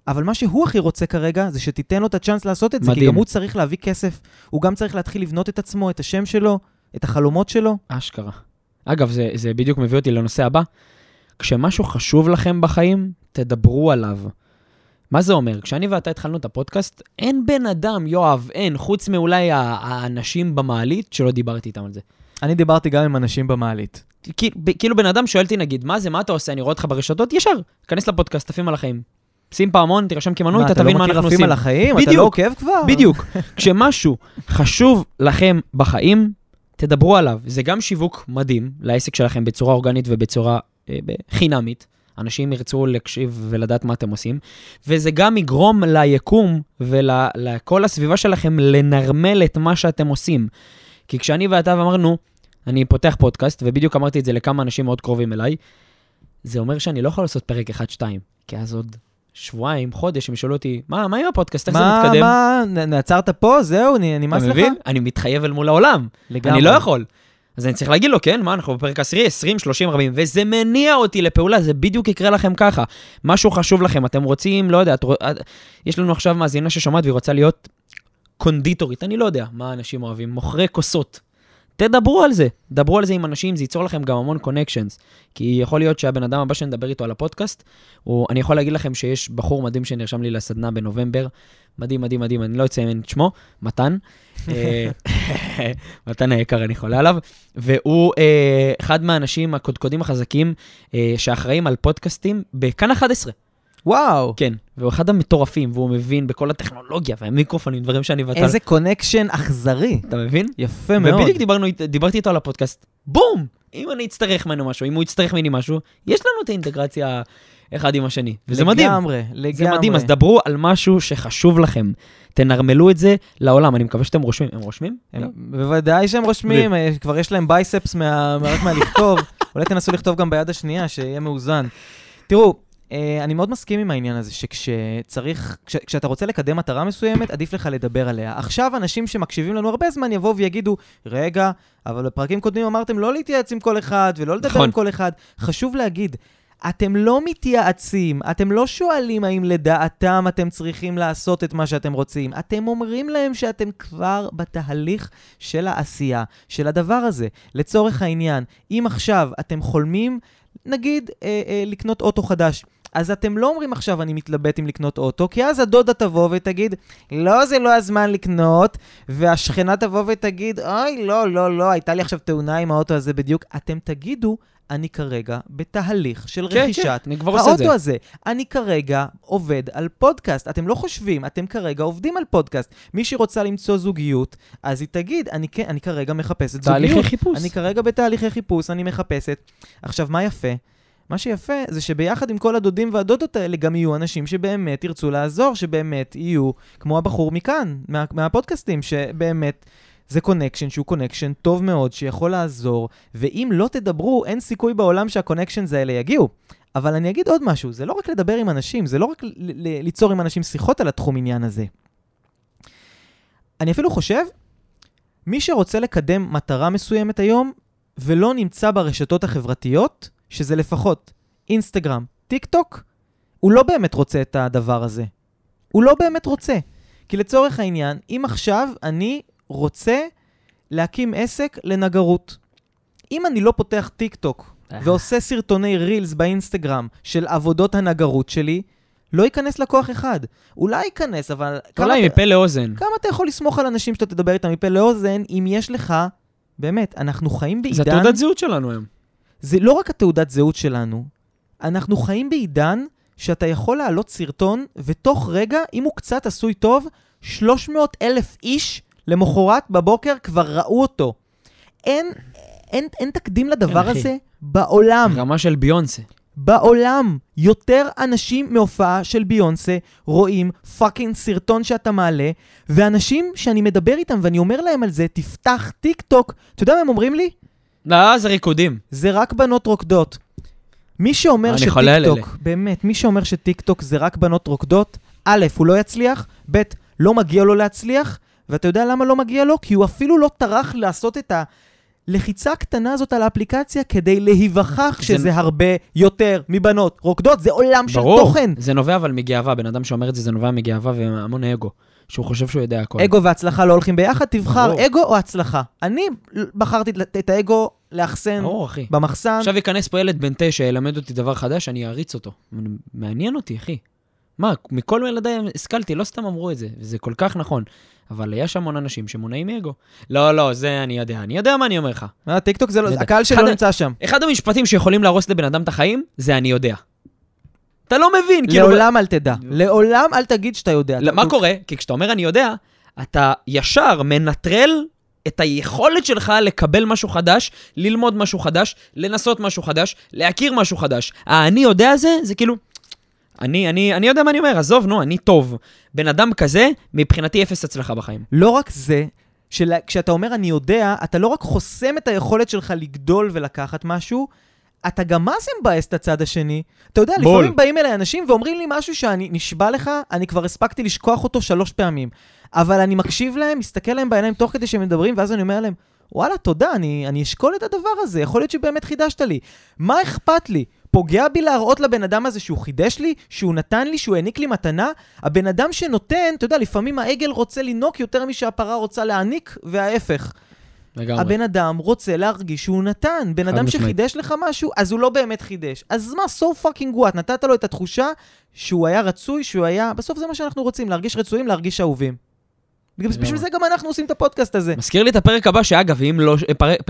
אבל מה שהוא הכי רוצה כרגע, זה שתיתן לו את הצ'אנס לעשות את זה, כי גם הוא צריך להביא כסף, הוא גם צריך להתחיל לבנות את עצמו, את השם שלו, את החלומות שלו. אשכרה. אגב, זה בדיוק מביא אותי לנושא הבא. כשמשהו חשוב לכם בחיים, תדברו עליו. מה זה אומר? כשאני ואתה התחלנו את הפודקאסט, אין בן אדם, יואב, אין, חוץ מאולי האנשים במעלית, שלא דיברתי איתם על זה. אני דיברתי גם עם אנשים במעלית. כאילו בן אדם שואל אותי, נגיד, מה זה, מה אתה עושה? אני רואה אותך ברשתות, ישר, כנס לפודקאסט, תפים על החיים. שים פעמון, תירשם כמנוי, אתה תבין מה אנחנו עושים. אתה לא מכיר עפים על החיים? אתה לא עוקב כבר? בדיוק. כשמשהו חשוב לכם בחיים, תדברו עליו. זה גם שיווק מדהים לעסק שלכם בצורה אורגנית ובצורה חינמית. אנשים ירצו להקשיב ולדעת מה אתם עושים. וזה גם יגרום ליקום ולכל הסביבה שלכם לנרמל את מה שאתם עושים. כי כשאני ואתה אמרנו, אני פותח פודקאסט, ובדיוק אמרתי את זה לכמה אנשים מאוד קרובים אליי, זה אומר שאני לא יכול לעשות פרק 1-2, כי אז עוד שבועיים, חודש, הם שאלו אותי, מה עם הפודקאסט? איך זה מתקדם? מה, נעצרת פה? זהו, נמאס לך? אתה מבין? אני מתחייב אל מול העולם. לגמרי. אני לא יכול. אז אני צריך להגיד לו, כן, מה, אנחנו בפרק 10, 20, 30, 40, וזה מניע אותי לפעולה, זה בדיוק יקרה לכם ככה. משהו חשוב לכם, אתם רוצים, לא יודע, יש לנו עכשיו מאזינה ששומעת והיא רוצה להיות קונדיטורית, אני לא יודע מה אנשים אוהבים, מוכרי כוסות. תדברו על זה, דברו על זה עם אנשים, זה ייצור לכם גם המון קונקשנס, כי יכול להיות שהבן אדם הבא שנדבר איתו על הפודקאסט, אני יכול להגיד לכם שיש בחור מדהים שנרשם לי לסדנה בנובמבר, מדהים, אני לא אציין את שמו, מתן, מתן היקר, אני חולה עליו, והוא אחד מהאנשים הקודקודים החזקים שאחראים על פודקאסטים בכאן 11. וואו. כן, והוא אחד המטורפים, והוא מבין בכל הטכנולוגיה והמיקרופונים, דברים שאני ואתה... איזה קונקשן אכזרי. אתה מבין? יפה מאוד. ובדיוק דיברתי איתו על הפודקאסט, בום! אם אני אצטרך ממנו משהו, אם הוא יצטרך ממני משהו, יש לנו את האינטגרציה אחד עם השני. וזה מדהים. לגמרי. זה מדהים, אז דברו על משהו שחשוב לכם. תנרמלו את זה לעולם. אני מקווה שאתם רושמים. הם רושמים? בוודאי שהם רושמים. כבר יש להם בייספס רק מהלכתוב. אולי תנסו לכתוב גם ביד השנייה, שיהיה מאוזן. תראו, אני מאוד מסכים עם העניין הזה, כשאתה רוצה לקדם מטרה מסוימת, עדיף לך לדבר עליה. עכשיו אנשים שמקשיבים לנו הרבה זמן יבואו ויגידו, רגע, אבל בפרקים קודמים אמרתם לא להתייעץ עם כל אחד ולא לדבר עם כל אחד. חשוב להגיד, אתם לא מתייעצים, אתם לא שואלים האם לדעתם אתם צריכים לעשות את מה שאתם רוצים. אתם אומרים להם שאתם כבר בתהליך של העשייה, של הדבר הזה. לצורך העניין, אם עכשיו אתם חולמים, נגיד, לקנות אוטו חדש, אז אתם לא אומרים עכשיו אני מתלבט אם לקנות אוטו, כי אז הדודה תבוא ותגיד, לא, זה לא הזמן לקנות, והשכנה תבוא ותגיד, אוי, לא, הייתה לי עכשיו תאונה עם האוטו הזה בדיוק. אתם תגידו, אני כרגע בתהליך של רכישת האוטו הזה. אני כרגע עובד על פודקאסט. אתם לא חושבים, אתם כרגע עובדים על פודקאסט. מי שרוצה למצוא זוגיות, אז היא תגיד, אני כרגע מחפשת זוגיות. תהליכי חיפוש. אני כרגע בתהליכי חיפוש, אני מחפשת. עכשיו, מה יפה? מה שיפה זה שביחד עם כל הדודים והדודות האלה גם יהיו אנשים שבאמת ירצו לעזור, שבאמת יהיו כמו הבחור מכאן, מהפודקאסטים, שבאמת זה קונקשן שהוא קונקשן טוב מאוד, שיכול לעזור, ואם לא תדברו, אין סיכוי בעולם שהקונקשנס האלה יגיעו. אבל אני אגיד עוד משהו, זה לא רק לדבר עם אנשים, זה לא רק ליצור עם אנשים שיחות על התחום עניין הזה. אני אפילו חושב, מי שרוצה לקדם מטרה מסוימת היום, ולא נמצא ברשתות החברתיות, שזה לפחות אינסטגרם, טיק טוק, הוא לא באמת רוצה את הדבר הזה. הוא לא באמת רוצה. כי לצורך העניין, אם עכשיו אני רוצה להקים עסק לנגרות. אם אני לא פותח טיק טוק ועושה סרטוני רילס באינסטגרם של עבודות הנגרות שלי, לא ייכנס לקוח אחד. אולי ייכנס, אבל... אולי מפה לאוזן. כמה אתה יכול לסמוך על אנשים שאתה תדבר איתם מפה לאוזן, אם יש לך, באמת, אנחנו חיים בעידן... זה תעודת זהות שלנו היום. זה לא רק התעודת זהות שלנו, אנחנו חיים בעידן שאתה יכול להעלות סרטון, ותוך רגע, אם הוא קצת עשוי טוב, 300,000 איש למחרת בבוקר כבר ראו אותו. אין תקדים לדבר הזה בעולם. רמה של ביונסה. בעולם. יותר אנשים מהופעה של ביונסה רואים פאקינג סרטון שאתה מעלה, ואנשים שאני מדבר איתם ואני אומר להם על זה, תפתח טיק טוק. אתה יודע מה הם אומרים לי? לא, זה ריקודים. זה רק בנות רוקדות. מי שאומר שטיק טוק, באמת, מי שאומר שטיק טוק זה רק בנות רוקדות, א', הוא לא יצליח, ב', לא מגיע לו להצליח, ואתה יודע למה לא מגיע לו? כי הוא אפילו לא טרח לעשות לחיצה קטנה הזאת על האפליקציה כדי להיווכח שזה הרבה יותר מבנות רוקדות, זה עולם של תוכן. זה נובע אבל מגאווה, בן אדם שאומר את זה נובע מגאווה והמון אגו, שהוא חושב שהוא יודע הכל. אגו והצלחה לא הולכים ביחד, תבחר אגו או הצלחה. אני בחרתי את האגו לאחסן במחסן. עכשיו ייכנס פה ילד בן 9, ילמד אותי דבר חדש, אני אריץ אותו. מעניין אותי, אחי. מה, מכל ילדיי השכלתי, לא סתם אמרו את זה, וזה כל כך נכון. אבל יש המון אנשים שמונעים מאגו. לא, זה אני יודע מה אני אומר לך. טיקטוק זה לא, הקהל שלא נמצא שם. אחד המשפטים שיכולים להרוס לבן אדם את החיים, זה אני יודע. אתה לא מבין, כאילו... לעולם אל תדע. לעולם אל תגיד שאתה יודע. מה קורה? כי כשאתה אומר אני יודע, אתה ישר מנטרל את היכולת שלך לקבל משהו חדש, ללמוד משהו חדש, לנסות משהו חדש, להכיר משהו חדש. אני יודע זה כאילו... אני יודע מה אני אומר, עזוב, נו, אני טוב. בן אדם כזה, מבחינתי אפס הצלחה בחיים. לא רק זה, כשאתה אומר אני יודע, אתה לא רק חוסם את היכולת שלך לגדול ולקחת משהו, אתה גם מה זה מבאס את הצד השני? אתה יודע, לפעמים באים אליי אנשים ואומרים לי משהו שאני נשבע לך, אני כבר הספקתי לשכוח אותו 3 פעמים. אבל אני מקשיב להם, מסתכל להם בעיניים תוך כדי שהם מדברים, ואז אני אומר להם, וואלה, תודה, אני אשקול את הדבר הזה, יכול להיות שבאמת חידשת לי. מה אכפת לי? פוגע בי להראות לבן אדם הזה שהוא חידש לי, שהוא נתן לי, שהוא העניק לי מתנה. הבן אדם שנותן, אתה יודע, לפעמים העגל רוצה לנוק יותר משהפרה רוצה להעניק, וההפך. לגמרי. הבן אדם רוצה להרגיש שהוא נתן. בן אדם שחידש לך משהו, אז הוא לא באמת חידש. אז מה, so fucking what? נתת לו את התחושה שהוא היה רצוי, שהוא היה... בסוף זה מה שאנחנו רוצים, להרגיש רצויים, להרגיש אהובים. בשביל זה גם אנחנו עושים את הפודקאסט הזה. מזכיר לי את הפרק הבא, שאגב, אם לא...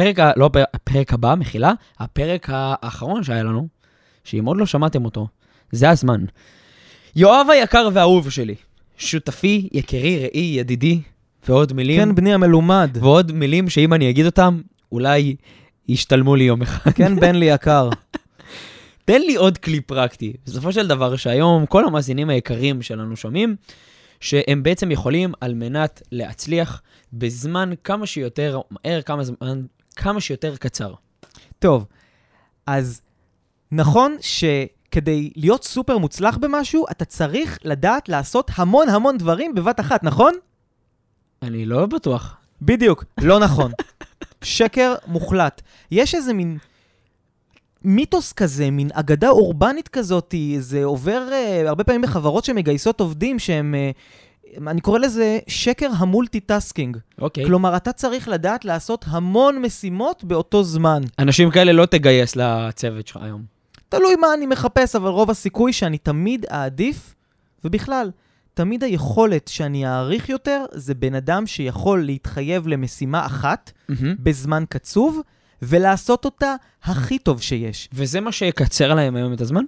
פרק הבא, מחילה, הפרק האחרון שהיה לנו, שאם עוד לא שמעתם אותו, זה הזמן. יואב היקר והאהוב שלי, שותפי, יקירי, ראי, ידידי, ועוד מילים. כן, בני המלומד. ועוד מילים שאם אני אגיד אותם, אולי ישתלמו לי יום אחד. כן, בן לי יקר. תן לי עוד כלי פרקטי. בסופו של דבר שהיום כל המאזינים היקרים שלנו שומעים, שהם בעצם יכולים על מנת להצליח בזמן כמה שיותר מהר, כמה שיותר קצר. טוב, אז נכון שכדי להיות סופר מוצלח במשהו, אתה צריך לדעת לעשות המון המון דברים בבת אחת, נכון? אני לא בטוח. בדיוק, לא נכון. שקר מוחלט. יש איזה מין מיתוס כזה, מין אגדה אורבנית כזאת, זה עובר הרבה פעמים בחברות שמגייסות עובדים שהם, אני קורא לזה שקר המולטיטאסקינג. אוקיי. כלומר, אתה צריך לדעת לעשות המון משימות באותו זמן. אנשים כאלה לא תגייס לצוות שלך היום. תלוי מה אני מחפש, אבל רוב הסיכוי שאני תמיד אעדיף, ובכלל, תמיד היכולת שאני אעריך יותר, זה בן אדם שיכול להתחייב למשימה אחת, בזמן קצוב, ולעשות אותה הכי טוב שיש. וזה מה שיקצר להם היום את הזמן?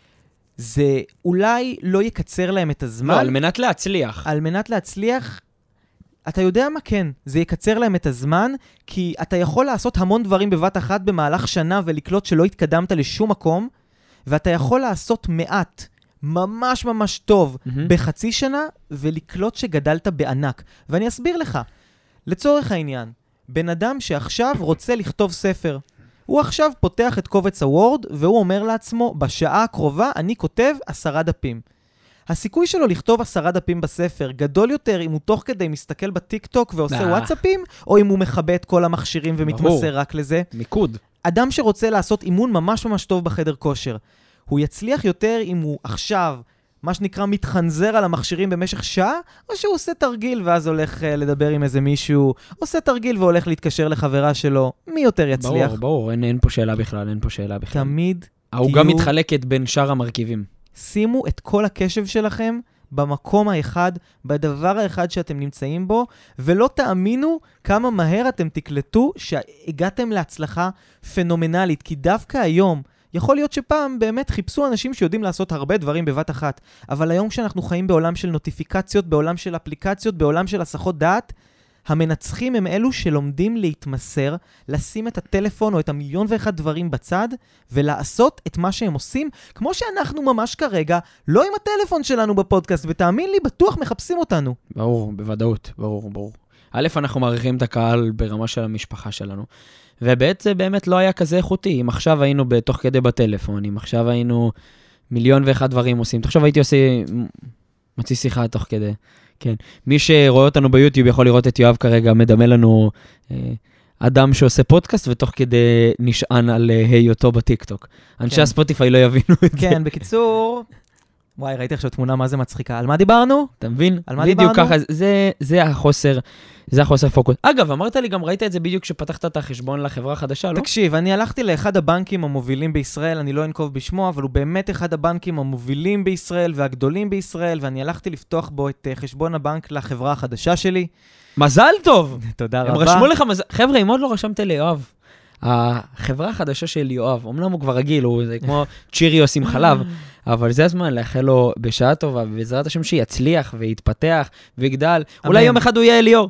זה אולי לא יקצר להם את הזמן. לא, על מנת להצליח. על מנת להצליח, אתה יודע מה כן, זה יקצר להם את הזמן, כי אתה יכול לעשות המון דברים בבת אחת במהלך שנה, ולקלוט שלא התקדמת לשום מקום, ואתה יכול לעשות מעט, ממש ממש טוב, בחצי שנה, ולקלוט שגדלת בענק. ואני אסביר לך, לצורך העניין, בן אדם שעכשיו רוצה לכתוב ספר, הוא עכשיו פותח את קובץ הוורד, והוא אומר לעצמו, בשעה הקרובה אני כותב 10 דפים. הסיכוי שלו לכתוב 10 דפים בספר גדול יותר אם הוא תוך כדי מסתכל בטיק-טוק ועושה וואטסאפים, או אם הוא מכבה את כל המכשירים ומתמסר רק לזה. מיקוד. אדם שרוצה לעשות אימון ממש ממש טוב בחדר כושר, הוא יצליח יותר אם הוא עכשיו, מה שנקרא, מתחנזר על המכשירים במשך שעה, או שהוא עושה תרגיל ואז הולך לדבר עם איזה מישהו, עושה תרגיל והולך להתקשר לחברה שלו, מי יותר יצליח? ברור, אין פה שאלה בכלל, תמיד הוא גם מתחלקת בין שאר המרכיבים. שימו את כל הקשב שלכם במקום האחד, בדבר האחד שאתם נמצאים בו, ולא תאמינו כמה מהר אתם תקלטו שהגעתם להצלחה פנומנלית, כי דווקא היום, יכול להיות שפעם באמת חיפשו אנשים שיודעים לעשות הרבה דברים בבת אחת, אבל היום כשאנחנו חיים בעולם של נוטיפיקציות, בעולם של אפליקציות, בעולם של הסחות דעת, המנצחים הם אלו שלומדים להתמסר, לשים את הטלפון או את 1,001,000 דברים בצד, ולעשות את מה שהם עושים, כמו שאנחנו ממש כרגע, לא עם הטלפון שלנו בפודקאסט, ותאמין לי, בטוח מחפשים אותנו. ברור, בוודאות, ברור. א', אנחנו מעריכים את הקהל ברמה של המשפחה שלנו, ובעצם באמת לא היה כזה איכותי. אם עכשיו היינו תוך כדי בטלפון, אם עכשיו היינו 1,001,000 דברים עושים, עכשיו הייתי מציא שיחה תוך כדי. כן. מי שרואה אותנו ביוטיוב יכול לראות את יואב כרגע מדמה לנו אדם שעושה פודקאסט, ותוך כדי נשען על היותו בטיקטוק. אנשי הספוטיפיי לא יבינו את זה. כן, בקיצור, וואי, ראיתי עכשיו תמונה מה זה מצחיקה. על מה דיברנו? אתה מבין? על מה דיברנו? בדיוק ככה, זה החוסר פוקוס. אגב, אמרת לי, גם ראית את זה בדיוק כשפתחת את החשבון לחברה החדשה, לא? תקשיב, אני הלכתי לאחד הבנקים המובילים בישראל, אני לא אנקוב בשמו, אבל הוא באמת אחד הבנקים המובילים בישראל והגדולים בישראל, ואני הלכתי לפתוח בו את חשבון הבנק לחברה החדשה שלי. מזל טוב! תודה רבה. הם רשמו לך מזל... חבר'ה, אם עוד לא רשמת ליואב, החברה החדשה של יואב, אמנם הוא כבר רגיל, זה כמו צ'יריוס עם חלב, אבל זה הזמן לאחל לו בשעה טובה, ובעזרת השם שיצליח ויתפתח ויגדל. אולי יום אחד הוא יהיה אליאור.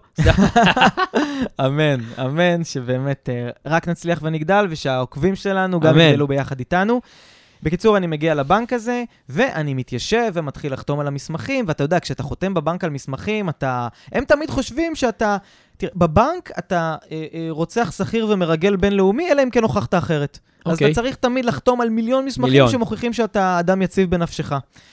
אמן, אמן, שבאמת רק נצליח ונגדל, ושהעוקבים שלנו גם יגדלו ביחד איתנו. בקיצור, אני מגיע לבנק הזה, ואני מתיישב ומתחיל לחתום על המסמכים, ואתה יודע, כשאתה חותם בבנק על מסמכים, הם תמיד חושבים שאתה, תראה, בבנק אתה רוצח שכיר ומרגל בינלאומי, אלא אם כן הוכחת אחרת. אז אתה צריך תמיד לחתום על מיליון מסמכים שמוכיחים שאתה אדם יציב בנפשך.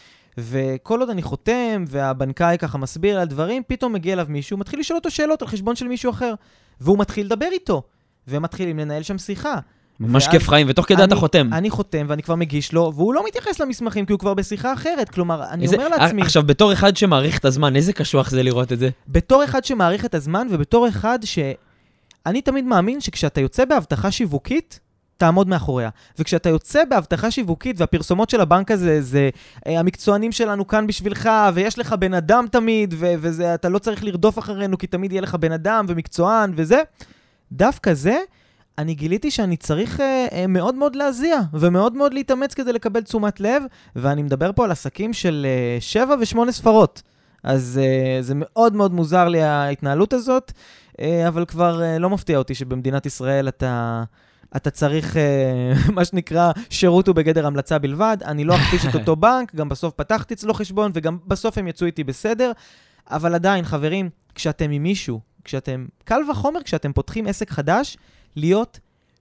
וכל עוד אני חותם, והבנקאי ככה מסביר על דברים, פתאום מגיע אליו מישהו, מתחיל לשאול אותו שאלות על חשבון של מישהו אחר, והוא מתחיל לדבר איתו, ומתחילים לנהל שם שיחה. ממש כיף חיים, ותוך כדי אתה חותם. אני חותם ואני כבר מגיש לו, והוא לא מתייחס למסמכים, כי הוא כבר בשיחה אחרת. כלומר, אני אומר לעצמי... עכשיו, בתור אחד שמעריך את הזמן, איזה קשוח זה לראות את זה? בתור אחד שמעריך את הזמן, ובתור אחד אני תמיד מאמין שכשאתה יוצא בהבטחה שיווקית, תעמוד מאחוריה. וכשאתה יוצא בהבטחה שיווקית, והפרסומות של הבנק הזה, זה המקצוענים שלנו כאן בשבילך, ויש לך בן אדם תמיד, ואתה לא צריך לרדוף אחרינו, כי תמיד יהיה לך בן אדם ומקצוען וזה. דווקא זה, אני גיליתי שאני צריך מאוד מאוד להזיע, ומאוד מאוד להתאמץ כדי לקבל תשומת לב, ואני מדבר פה על עסקים של 7 ו8 ספרות. אז זה מאוד מאוד מוזר לי ההתנהלות הזאת, אבל כבר לא מפתיע אותי שבמדינת ישראל אתה צריך, מה שנקרא, שירות ובגדר המלצה בלבד. אני לא אכפיש את אותו בנק, גם בסוף פתחתי אצלו חשבון, וגם בסוף הם יצאו איתי בסדר. אבל עדיין, חברים, כשאתם עם מישהו, קל וחומר, כשאתם פותחים עסק חדש, להיות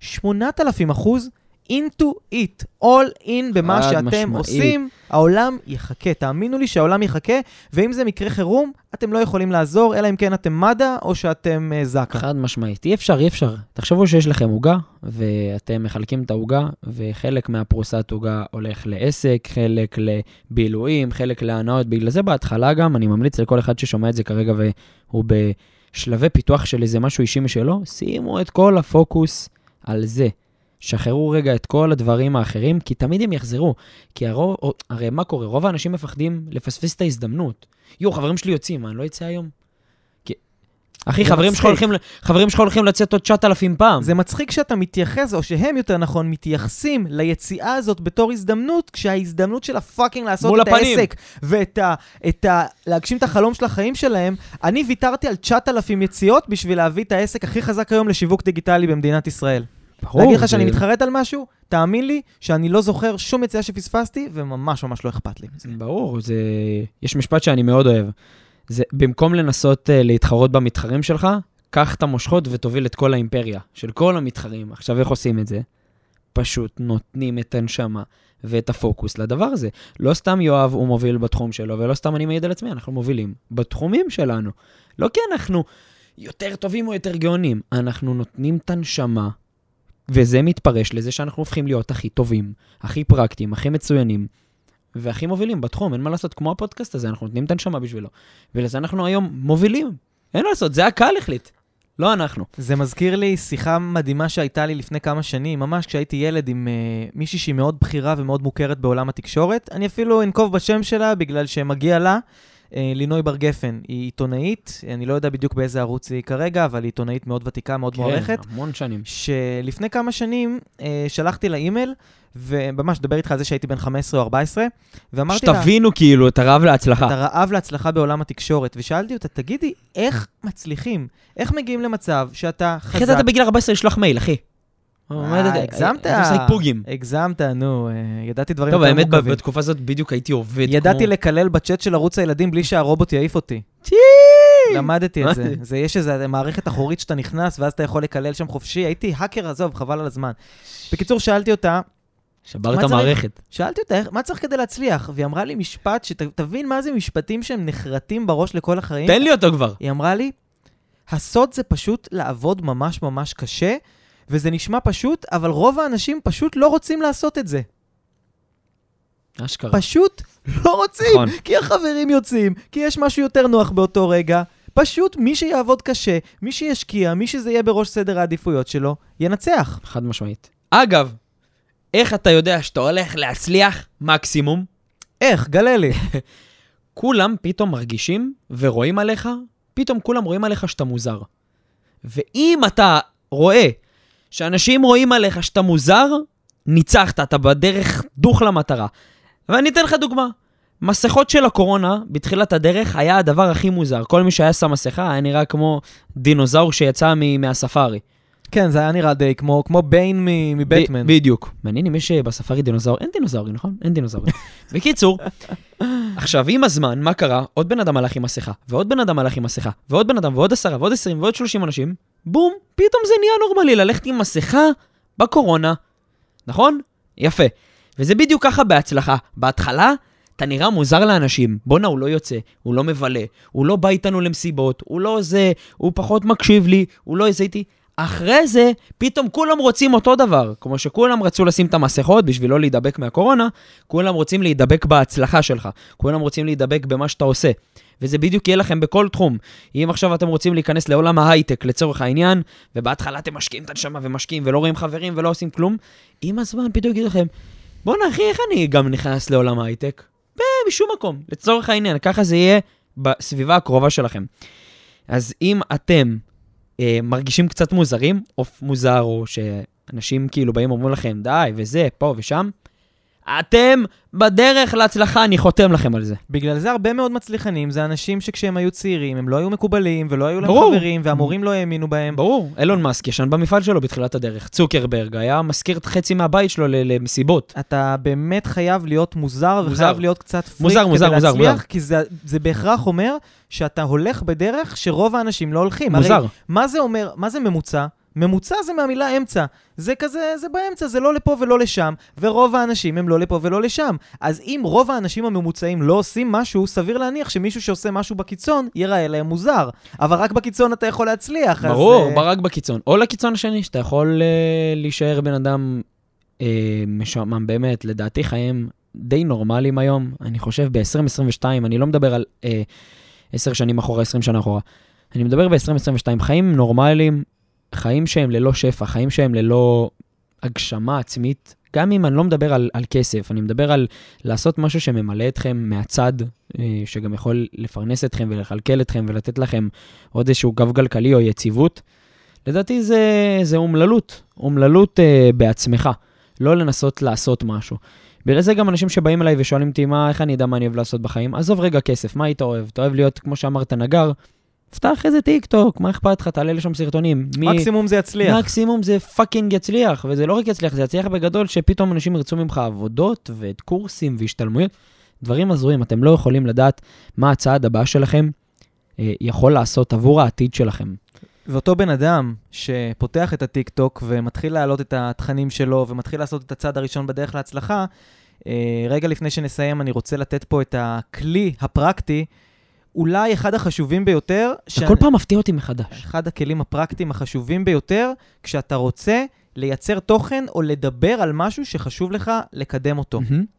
8,000% into it, all in במה שאתם עושים, העולם יחכה, תאמינו לי שהעולם יחכה, ואם זה מקרה חירום, אתם לא יכולים לעזור, אלא אם כן אתם מד"א או שאתם זקה. חד משמעית, אי אפשר. תחשבו שיש לכם עוגה, ואתם מחלקים את העוגה, וחלק מהפרוסת עוגה הולך לעסק, חלק לבילויים, חלק להנאות. בגלל זה בהתחלה גם, אני ממליץ לכל אחד ששומע את זה כרגע, והוא בשלבי פיתוח של איזה משהו אישי משלו, שימו את כל הפוקוס על זה. שחררו רגע את כל הדברים האחרים, כי תמיד הם יחזרו. כי הרי מה קורה? רוב האנשים מפחדים לפספס את ההזדמנות. חברים שלי יוצאים, אני לא יצא היום. אחי, חברים שלך הולכים לצאת עוד 9,000 פעם. זה מצחיק שאתה מתייחס, או שהם יותר נכון, מתייחסים ליציאה הזאת בתור הזדמנות, כשההזדמנות של הפאקינג לעשות את העסק, להגשים את החלום של החיים שלהם, אני ויתרתי על 9,000 יציאות בשביל להביא את העסק הכי חזק היום לשיווק דיגיטלי במדינת ישראל. להגיד לך שאני מתחרט על משהו, תאמין לי שאני לא זוכר שום יציאה שפספסתי, וממש ממש לא אכפת לי. ברור, יש משפט שאני מאוד אוהב. זה במקום לנסות להתחרות במתחרים שלך, קח את המושכות ותוביל את כל האימפריה של כל המתחרים. עכשיו איך עושים את זה? פשוט נותנים את הנשמה ואת הפוקוס לדבר הזה. לא סתם יואב הוא מוביל בתחום שלו, ולא סתם אני מעיד על עצמי, אנחנו מובילים בתחומים שלנו. לא כי אנחנו יותר טובים או יותר גאונים, אנחנו נותנים את הנשמה, וזה מתפרש לזה שאנחנו הופכים להיות הכי טובים, הכי פרקטיים, הכי מצוינים, והכי מובילים בתחום. אין מה לעשות, כמו הפודקאסט הזה, אנחנו נותנים את הנשמה בשבילו. ולזה אנחנו היום מובילים. אין מה לעשות, זה הקהל החליט. לא אנחנו. זה מזכיר לי שיחה מדהימה שהייתה לי לפני כמה שנים, ממש כשהייתי ילד עם מישהי שהיא מאוד בחירה ומאוד מוכרת בעולם התקשורת. אני אפילו אנקוב בשם שלה בגלל שמגיע לה. לינוי בר גפן, היא עיתונאית, אני לא יודע בדיוק באיזה ערוץ היא כרגע, אבל היא עיתונאית מאוד ותיקה, מאוד מוערכת. כן, המון שנים. שלפני כמה שנים שלחתי לה אימייל, וממש דבר איתך על זה שהייתי בן 15 או 14, ואמרתי לה... שתבינו כאילו, אתה רעב להצלחה. אתה רעב להצלחה בעולם התקשורת, ושאלתי אותה, תגידי, איך מצליחים? איך מגיעים למצב שאתה חזק? אחי, אתה בגיל 14 לשלוח מייל, אחי. הגזמת, נו, ידעתי דברים יותר מורכבים. טוב, האמת, בתקופה הזאת בדיוק הייתי עובד כמו... ידעתי לקלל בצ'אט של ערוץ הילדים בלי שהרובוט יעיף אותי. למדתי את זה. יש איזו מערכת אחורית שאתה נכנס, ואז אתה יכול לקלל שם חופשי. הייתי האקר, עזוב, חבל על הזמן. בקיצור, שאלתי אותה... שברת המערכת. שאלתי אותה, מה צריך כדי להצליח? והיא אמרה לי משפט, שתבין מה זה משפטים שהם נחרטים בראש לכל החיים. תן לי אותו כבר. היא אמרה לי, הסוד זה פשוט לעבוד ממש ממש קשה, וזה נשמע פשוט, אבל רוב האנשים פשוט לא רוצים לעשות את זה. אשכרה. פשוט לא רוצים, נכון. כי החברים יוצאים, כי יש משהו יותר נוח באותו רגע. פשוט מי שיעבוד קשה, מי שישקיע, מי שזה יהיה בראש סדר העדיפויות שלו, ינצח. חד משמעית. אגב, איך אתה יודע שאתה הולך להצליח מקסימום? איך? גלה לי. כולם פתאום מרגישים ורואים עליך, פתאום כולם רואים עליך שאתה מוזר. ואם אתה רואה שאנשים רואים עליך שאתה מוזר, ניצחת, אתה בדרך דוך למטרה. ואני אתן לך דוגמה. מסכות של הקורונה, בתחילת הדרך, היה הדבר הכי מוזר. כל מי שהיה שם מסכה היה נראה כמו דינוזאור שיצא מהספארי. כן, זה היה נראה די כמו ביין מבטמן. בדיוק. מעניין אם יש בספארי דינוזאור. אין דינוזאורי, נכון? אין דינוזאורי. בקיצור, עכשיו, עם הזמן, מה קרה? עוד בן אדם הלך עם מסכה, ועוד בן אדם הלך עם מסכה, ועוד בן אדם, ועוד 10, ועוד 20, ועוד 30 אנשים. בום, פתאום זה נהיה נורמלי ללכת עם מסכה בקורונה. נכון? יפה. וזה בדיוק ככה בהצלחה. בהתחלה, אתה נראה מוזר לאנשים. בונה, הוא לא יוצא, הוא לא מבלה, הוא לא בא איתנו למסיבות, הוא לא זה, הוא פחות מקשיב לי, הוא לא איזה איתי. אחרי זה, פתאום כולם רוצים אותו דבר. כמו שכולם רצו לשים את המסכות בשביל לא להידבק מהקורונה, כולם רוצים להידבק בהצלחה שלך. כולם רוצים להידבק במה שאתה עושה. וזה בדיוק יהיה לכם בכל תחום. אם עכשיו אתם רוצים להיכנס לעולם ההייטק לצורך העניין, ובהתחלה אתם משקיעים את הנשמה ומשקיעים ולא רואים חברים ולא עושים כלום, עם הזמן פתאום יגידו לכם, בוא אחי, איך אני גם נכנס לעולם ההייטק? בשום מקום, לצורך העניין. ככה זה יהיה בסביבה הקרובה שלכם. אז אם אתם מרגישים קצת מוזרים, או מוזר, או שאנשים כאילו באים ואומרים לכם, די, וזה, פה ושם, אתם בדרך להצלחה, אני חותם לכם על זה. בגלל זה הרבה מאוד מצליחנים, זה אנשים שכשהם היו צעירים, הם לא היו מקובלים, ולא היו להם חברים, והמורים לא האמינו בהם. ברור, אילון מאסק ישן במפעל שלו בתחילת הדרך. צוקרברג היה מזכיר את חצי מהבית שלו למסיבות. אתה באמת חייב להיות מוזר, וחייב להיות קצת פריק כדי להצליח, כי זה בהכרח אומר שאתה הולך בדרך שרוב האנשים לא הולכים. מוזר. הרי, מה זה אומר? מה זה ממוצע? ממוצע זה מהמילה אמצע. זה כזה, זה באמצע, זה לא לפה ולא לשם, ורוב האנשים הם לא לפה ולא לשם. אז אם רוב האנשים הממוצעים לא עושים משהו, סביר להניח שמישהו שעושה משהו בקיצון ייראה להם מוזר. אבל רק בקיצון אתה יכול להצליח. ברור, אז רק בקיצון. או לקיצון השני, שאתה יכול להישאר בן אדם משועמם באמת, לדעתי חיים די נורמליים היום. אני חושב ב-2022, אני לא מדבר על 10 שנים אחורה, 20 שנה אחורה. אני מדבר ב-2022, חיים נורמליים, חיים שהם ללא שפע, חיים שהם ללא הגשמה עצמית, גם אם אני לא מדבר על כסף, אני מדבר על לעשות משהו שממלא אתכם מהצד, שגם יכול לפרנס אתכם ולחלקל אתכם ולתת לכם עוד איזשהו גב גלכלי או יציבות. לדעתי זה אומללות בעצמך, לא לנסות לעשות משהו. בגלל זה גם אנשים שבאים אליי ושואלים אותי, איך אני יודע מה אני אוהב לעשות בחיים? עזוב רגע כסף, מה היית אוהב? אתה אוהב להיות, כמו שאמרת, נגר? פתח איזה טיק טוק, מה אכפת לך? תעלה לשם סרטונים. מקסימום זה יצליח. מקסימום זה פאקינג יצליח, וזה לא רק יצליח, זה יצליח בגדול שפתאום אנשים ירצו ממך עבודות וקורסים והשתלמויות. דברים הזויים, אתם לא יכולים לדעת מה הצעד הבא שלכם יכול לעשות עבור העתיד שלכם. ואותו בן אדם שפותח את הטיק טוק ומתחיל להעלות את התכנים שלו ומתחיל לעשות את הצעד הראשון בדרך להצלחה, רגע לפני שנסיים אני רוצה לתת פה את הכלי הפרקטי, אולי אחד החשובים ביותר... כל פעם מפתיע אותי מחדש. אחד הכלים הפרקטיים החשובים ביותר, כשאתה רוצה לייצר תוכן או לדבר על משהו שחשוב לך לקדם אותו.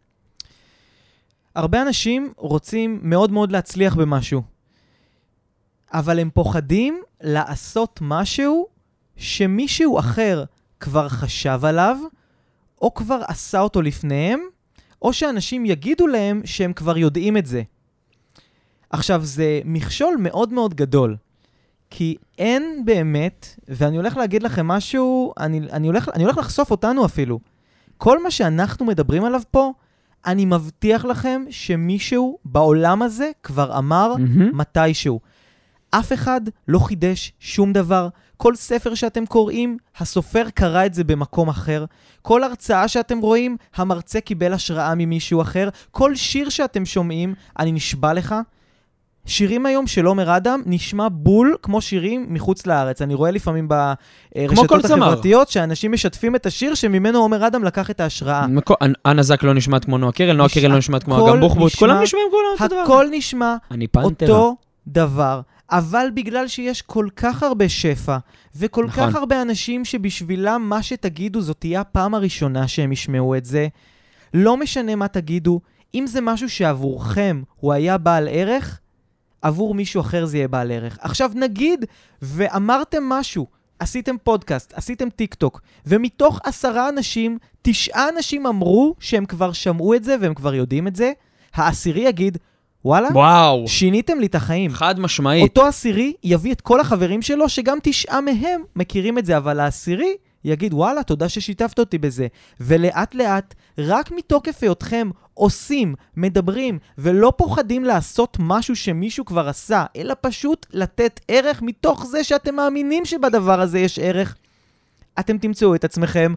הרבה אנשים רוצים מאוד מאוד להצליח במשהו, אבל הם פוחדים לעשות משהו שמישהו אחר כבר חשב עליו, או כבר עשה אותו לפניהם, או שאנשים יגידו להם שהם כבר יודעים את זה. עכשיו, זה מכשול מאוד מאוד גדול, כי אין באמת, ואני הולך להגיד לכם משהו, אני הולך לחשוף אותנו אפילו. כל מה שאנחנו מדברים עליו פה, אני מבטיח לכם שמישהו בעולם הזה כבר אמר מתישהו. אף אחד לא חידש שום דבר. כל ספר שאתם קוראים, הסופר קרא את זה במקום אחר. כל הרצאה שאתם רואים, המרצה קיבל השראה ממישהו אחר. כל שיר שאתם שומעים, אני נשבע לך, שירים היום של עומר אדם נשמע בול כמו שירים מחוץ לארץ. אני רואה לפעמים ברשתות החברתיות שאנשים משתפים את השיר שממנו עומר אדם לקח את ההשראה. אנה זק לא נשמעת כמו נועה קירל, נועה קירל לא נשמעת כמו אגם בוחבוט, כולם נשמעים כמו אותו דבר. הכל נשמע אותו דבר. אבל בגלל שיש כל כך הרבה שפע, וכל כך הרבה אנשים שבשבילם מה שתגידו זאת תהיה הפעם הראשונה שהם ישמעו את זה, לא משנה מה תגידו, אם זה משהו שעבורכם הוא היה בעל ערך, עבור מישהו אחר זה יהיה בעל ערך. עכשיו נגיד, ואמרתם משהו, עשיתם פודקאסט, עשיתם טיק טוק, ומתוך 10 אנשים, 9 אנשים אמרו שהם כבר שמעו את זה והם כבר יודעים את זה, העשירי יגיד, וואלה, וואו. שיניתם לי את החיים. חד משמעית. אותו עשירי יביא את כל החברים שלו, שגם 9 מהם מכירים את זה, אבל העשירי יגיד, וואלה, תודה ששיתפת אותי בזה. ולאט לאט, רק מתוקף היותכם עושים, מדברים, ולא פוחדים לעשות משהו שמישהו כבר עשה, אלא פשוט לתת ערך מתוך זה שאתם מאמינים שבדבר הזה יש ערך, אתם תמצאו את עצמכם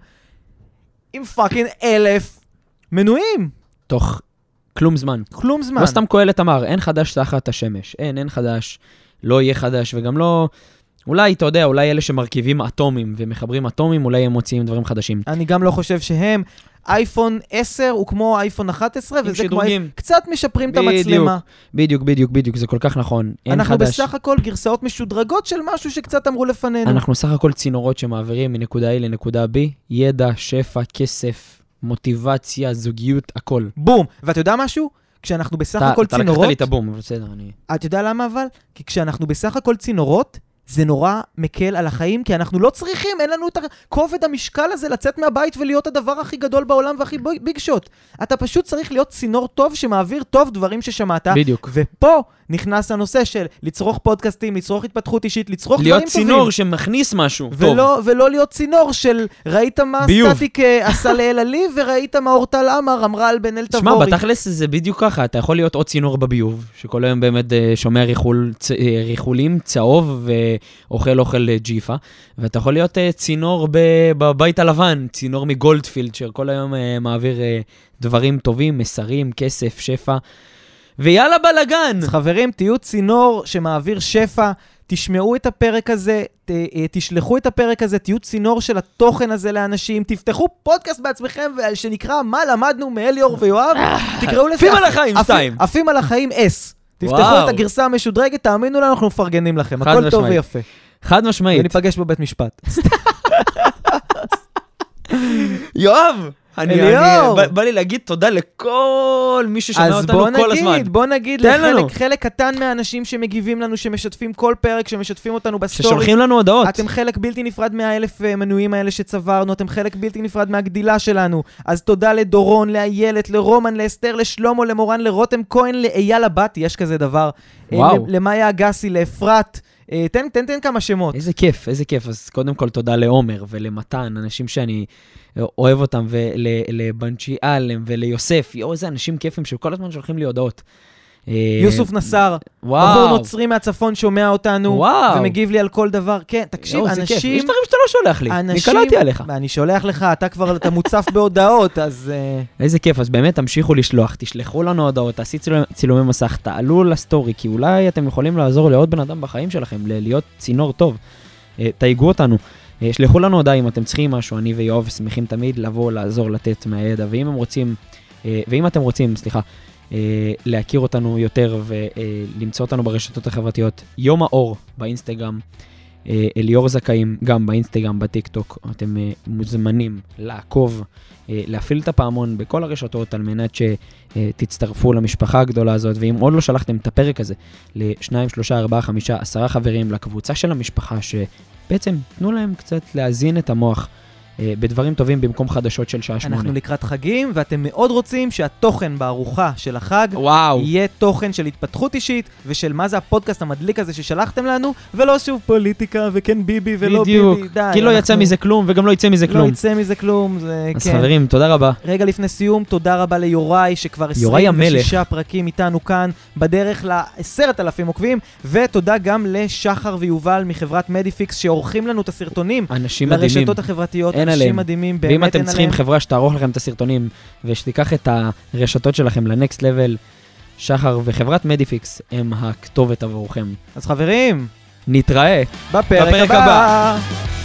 עם פאקינג 1,000 מנויים. תוך כלום זמן. כלום זמן. לא סתם קהלת אמר, אין חדש תחת השמש. אין חדש, לא יהיה חדש, וגם לא... אולי, אתה יודע, אולי אלה שמרכיבים אטומים ומחברים אטומים, אולי הם מוציאים דברים חדשים. אני גם לא חושב שהם. אייפון 10 הוא כמו אייפון 11, וזה שדרוגים. כמו... קצת משפרים את המצלמה. בדיוק, זה כל כך נכון. אנחנו חדש. בסך הכל גרסאות משודרגות של משהו שקצת אמרו לפנינו. אנחנו סך הכל צינורות שמעבירים מנקודה A לנקודה B, ידע, שפע, כסף, מוטיבציה, זוגיות, הכל. בום. ואתה יודע משהו? כשאנחנו בסך הכל צינורות... אתה לקחת לי את הבום, אבל בסדר, אני... אתה יודע למה אבל? כי כשאנחנו בסך הכל צינורות, זה נורא מקל על החיים, כי אנחנו לא צריכים, אין לנו את כובד המשקל הזה לצאת מהבית ולהיות הדבר הכי גדול בעולם והכי ביג שוט. אתה פשוט צריך להיות צינור טוב שמעביר טוב דברים ששמעת. בדיוק. ופה נכנס הנושא של לצרוך פודקאסטים, לצרוך התפתחות אישית, לצרוך דברים טובים. להיות צינור שמכניס משהו טוב. ולא להיות צינור של ראית מה סטטיק עשה לאל עלי, וראית מה אורטל אמר אמרה על בן אל תבורי. שמע, בתכלס זה בדיוק ככה, אתה יכול להיות עוד צינור בביוב, שכל היום באמת שומע ריחולים, צהוב ואוכל ג'יפה, ואתה יכול להיות צינור בבית הלבן, צינור מגולדפילד, שכל היום מעביר דברים טובים, מסרים, כסף, שפע, ויאללה בלגן. אז חברים, תהיו צינור שמעביר שפע, תשמעו את הפרק הזה, תשלחו את הפרק הזה, תהיו צינור של התוכן הזה לאנשים, תפתחו פודקאסט בעצמכם שנקרא מה למדנו מאליאור ויואב, תקראו לזה עפים על החיים 2. עפים על החיים S. תפתחו את הגרסה המשודרגת, תאמינו לנו, אנחנו מפרגנים לכם, הכל טוב ויפה. חד משמעית. וניפגש בבית משפט. יואב! אליאור! בא לי להגיד תודה לכל מי ששומע אותנו כל הזמן. אז בוא נגיד לחלק קטן מהאנשים שמגיבים לנו, שמשתפים כל פרק, שמשתפים אותנו בסטורי. ששולחים לנו הודעות. אתם חלק בלתי נפרד מה1,000 מנויים האלה שצברנו, אתם חלק בלתי נפרד מהגדילה שלנו. אז תודה לדורון, לאיילת, לרומן, לאסתר, לשלומו, למורן, לרותם כהן, לאייל הבתי, יש כזה דבר. למאיה אגסי, לאפרת. תן כמה שמות. איזה כיף. אז קודם כל תודה לעומר ולמתן, אנשים שאני אוהב אותם, ולבנצ'י אלם וליוסף, איזה אנשים כיפים שכל הזמן שולחים לי הודעות. יוסוף נסר, בחור נוצרי מהצפון שומע אותנו, ומגיב לי על כל דבר. כן, תקשיב, אנשים... יש דברים שאתה לא שולח לי, אני קלעתי עליך. אני שולח לך, אתה מוצף בהודעות, אז... איזה כיף, אז באמת תמשיכו לשלוח, תשלחו לנו הודעות, תעשי צילומי מסך, תעלו לסטורי, כי אולי אתם יכולים לעזור לעוד בן אדם בחיים שלכם, להיות צינור טוב. תייגו אותנו. שלחו לנו הודעה אם אתם צריכים משהו, אני ויואב שמחים תמיד לבוא, לעזור, לתת מהידע, ואם אתם רוצים, להכיר אותנו יותר ולמצוא אותנו ברשתות החברתיות, יום האור באינסטגרם, אליאור זכאים גם באינסטגרם, בטיק טוק, אתם מוזמנים לעקוב, להפעיל את הפעמון בכל הרשתות על מנת שתצטרפו למשפחה הגדולה הזאת, ואם עוד לא שלחתם את הפרק הזה ל2, 3, 4, 5, 10 חברים לקבוצה של המשפחה, שבעצם תנו להם קצת להזין את המוח בדברים טובים במקום חדשות של שעה 8. אנחנו לקראת חגים, ואתם מאוד רוצים שהתוכן בארוחה של החג יהיה תוכן של התפתחות אישית, ושל מה זה הפודקאסט המדליק הזה ששלחתם לנו, ולא שוב פוליטיקה, וכן ביבי ולא ביבי. די, כי לא יצא מזה כלום, וגם לא יצא מזה כלום. לא יצא מזה כלום, זה אז חברים, תודה רבה. רגע לפני סיום, תודה רבה ליוראי, שכבר 26 פרקים איתנו כאן, בדרך ל10,000 עוקבים, ותודה גם לשחר ויובל מחברת מדיפיקס, שעורכים לנו את הסרטונים לרשתות החברתיות. אנשים מדהימים, באמת אין עליהם. ואם אתם צריכים חברה שתערוך לכם את הסרטונים, ושתיקח את הרשתות שלכם לנקסט לבל, שחר וחברת מדיפיקס הם הכתובת עבורכם. אז חברים, נתראה בפרק הבא.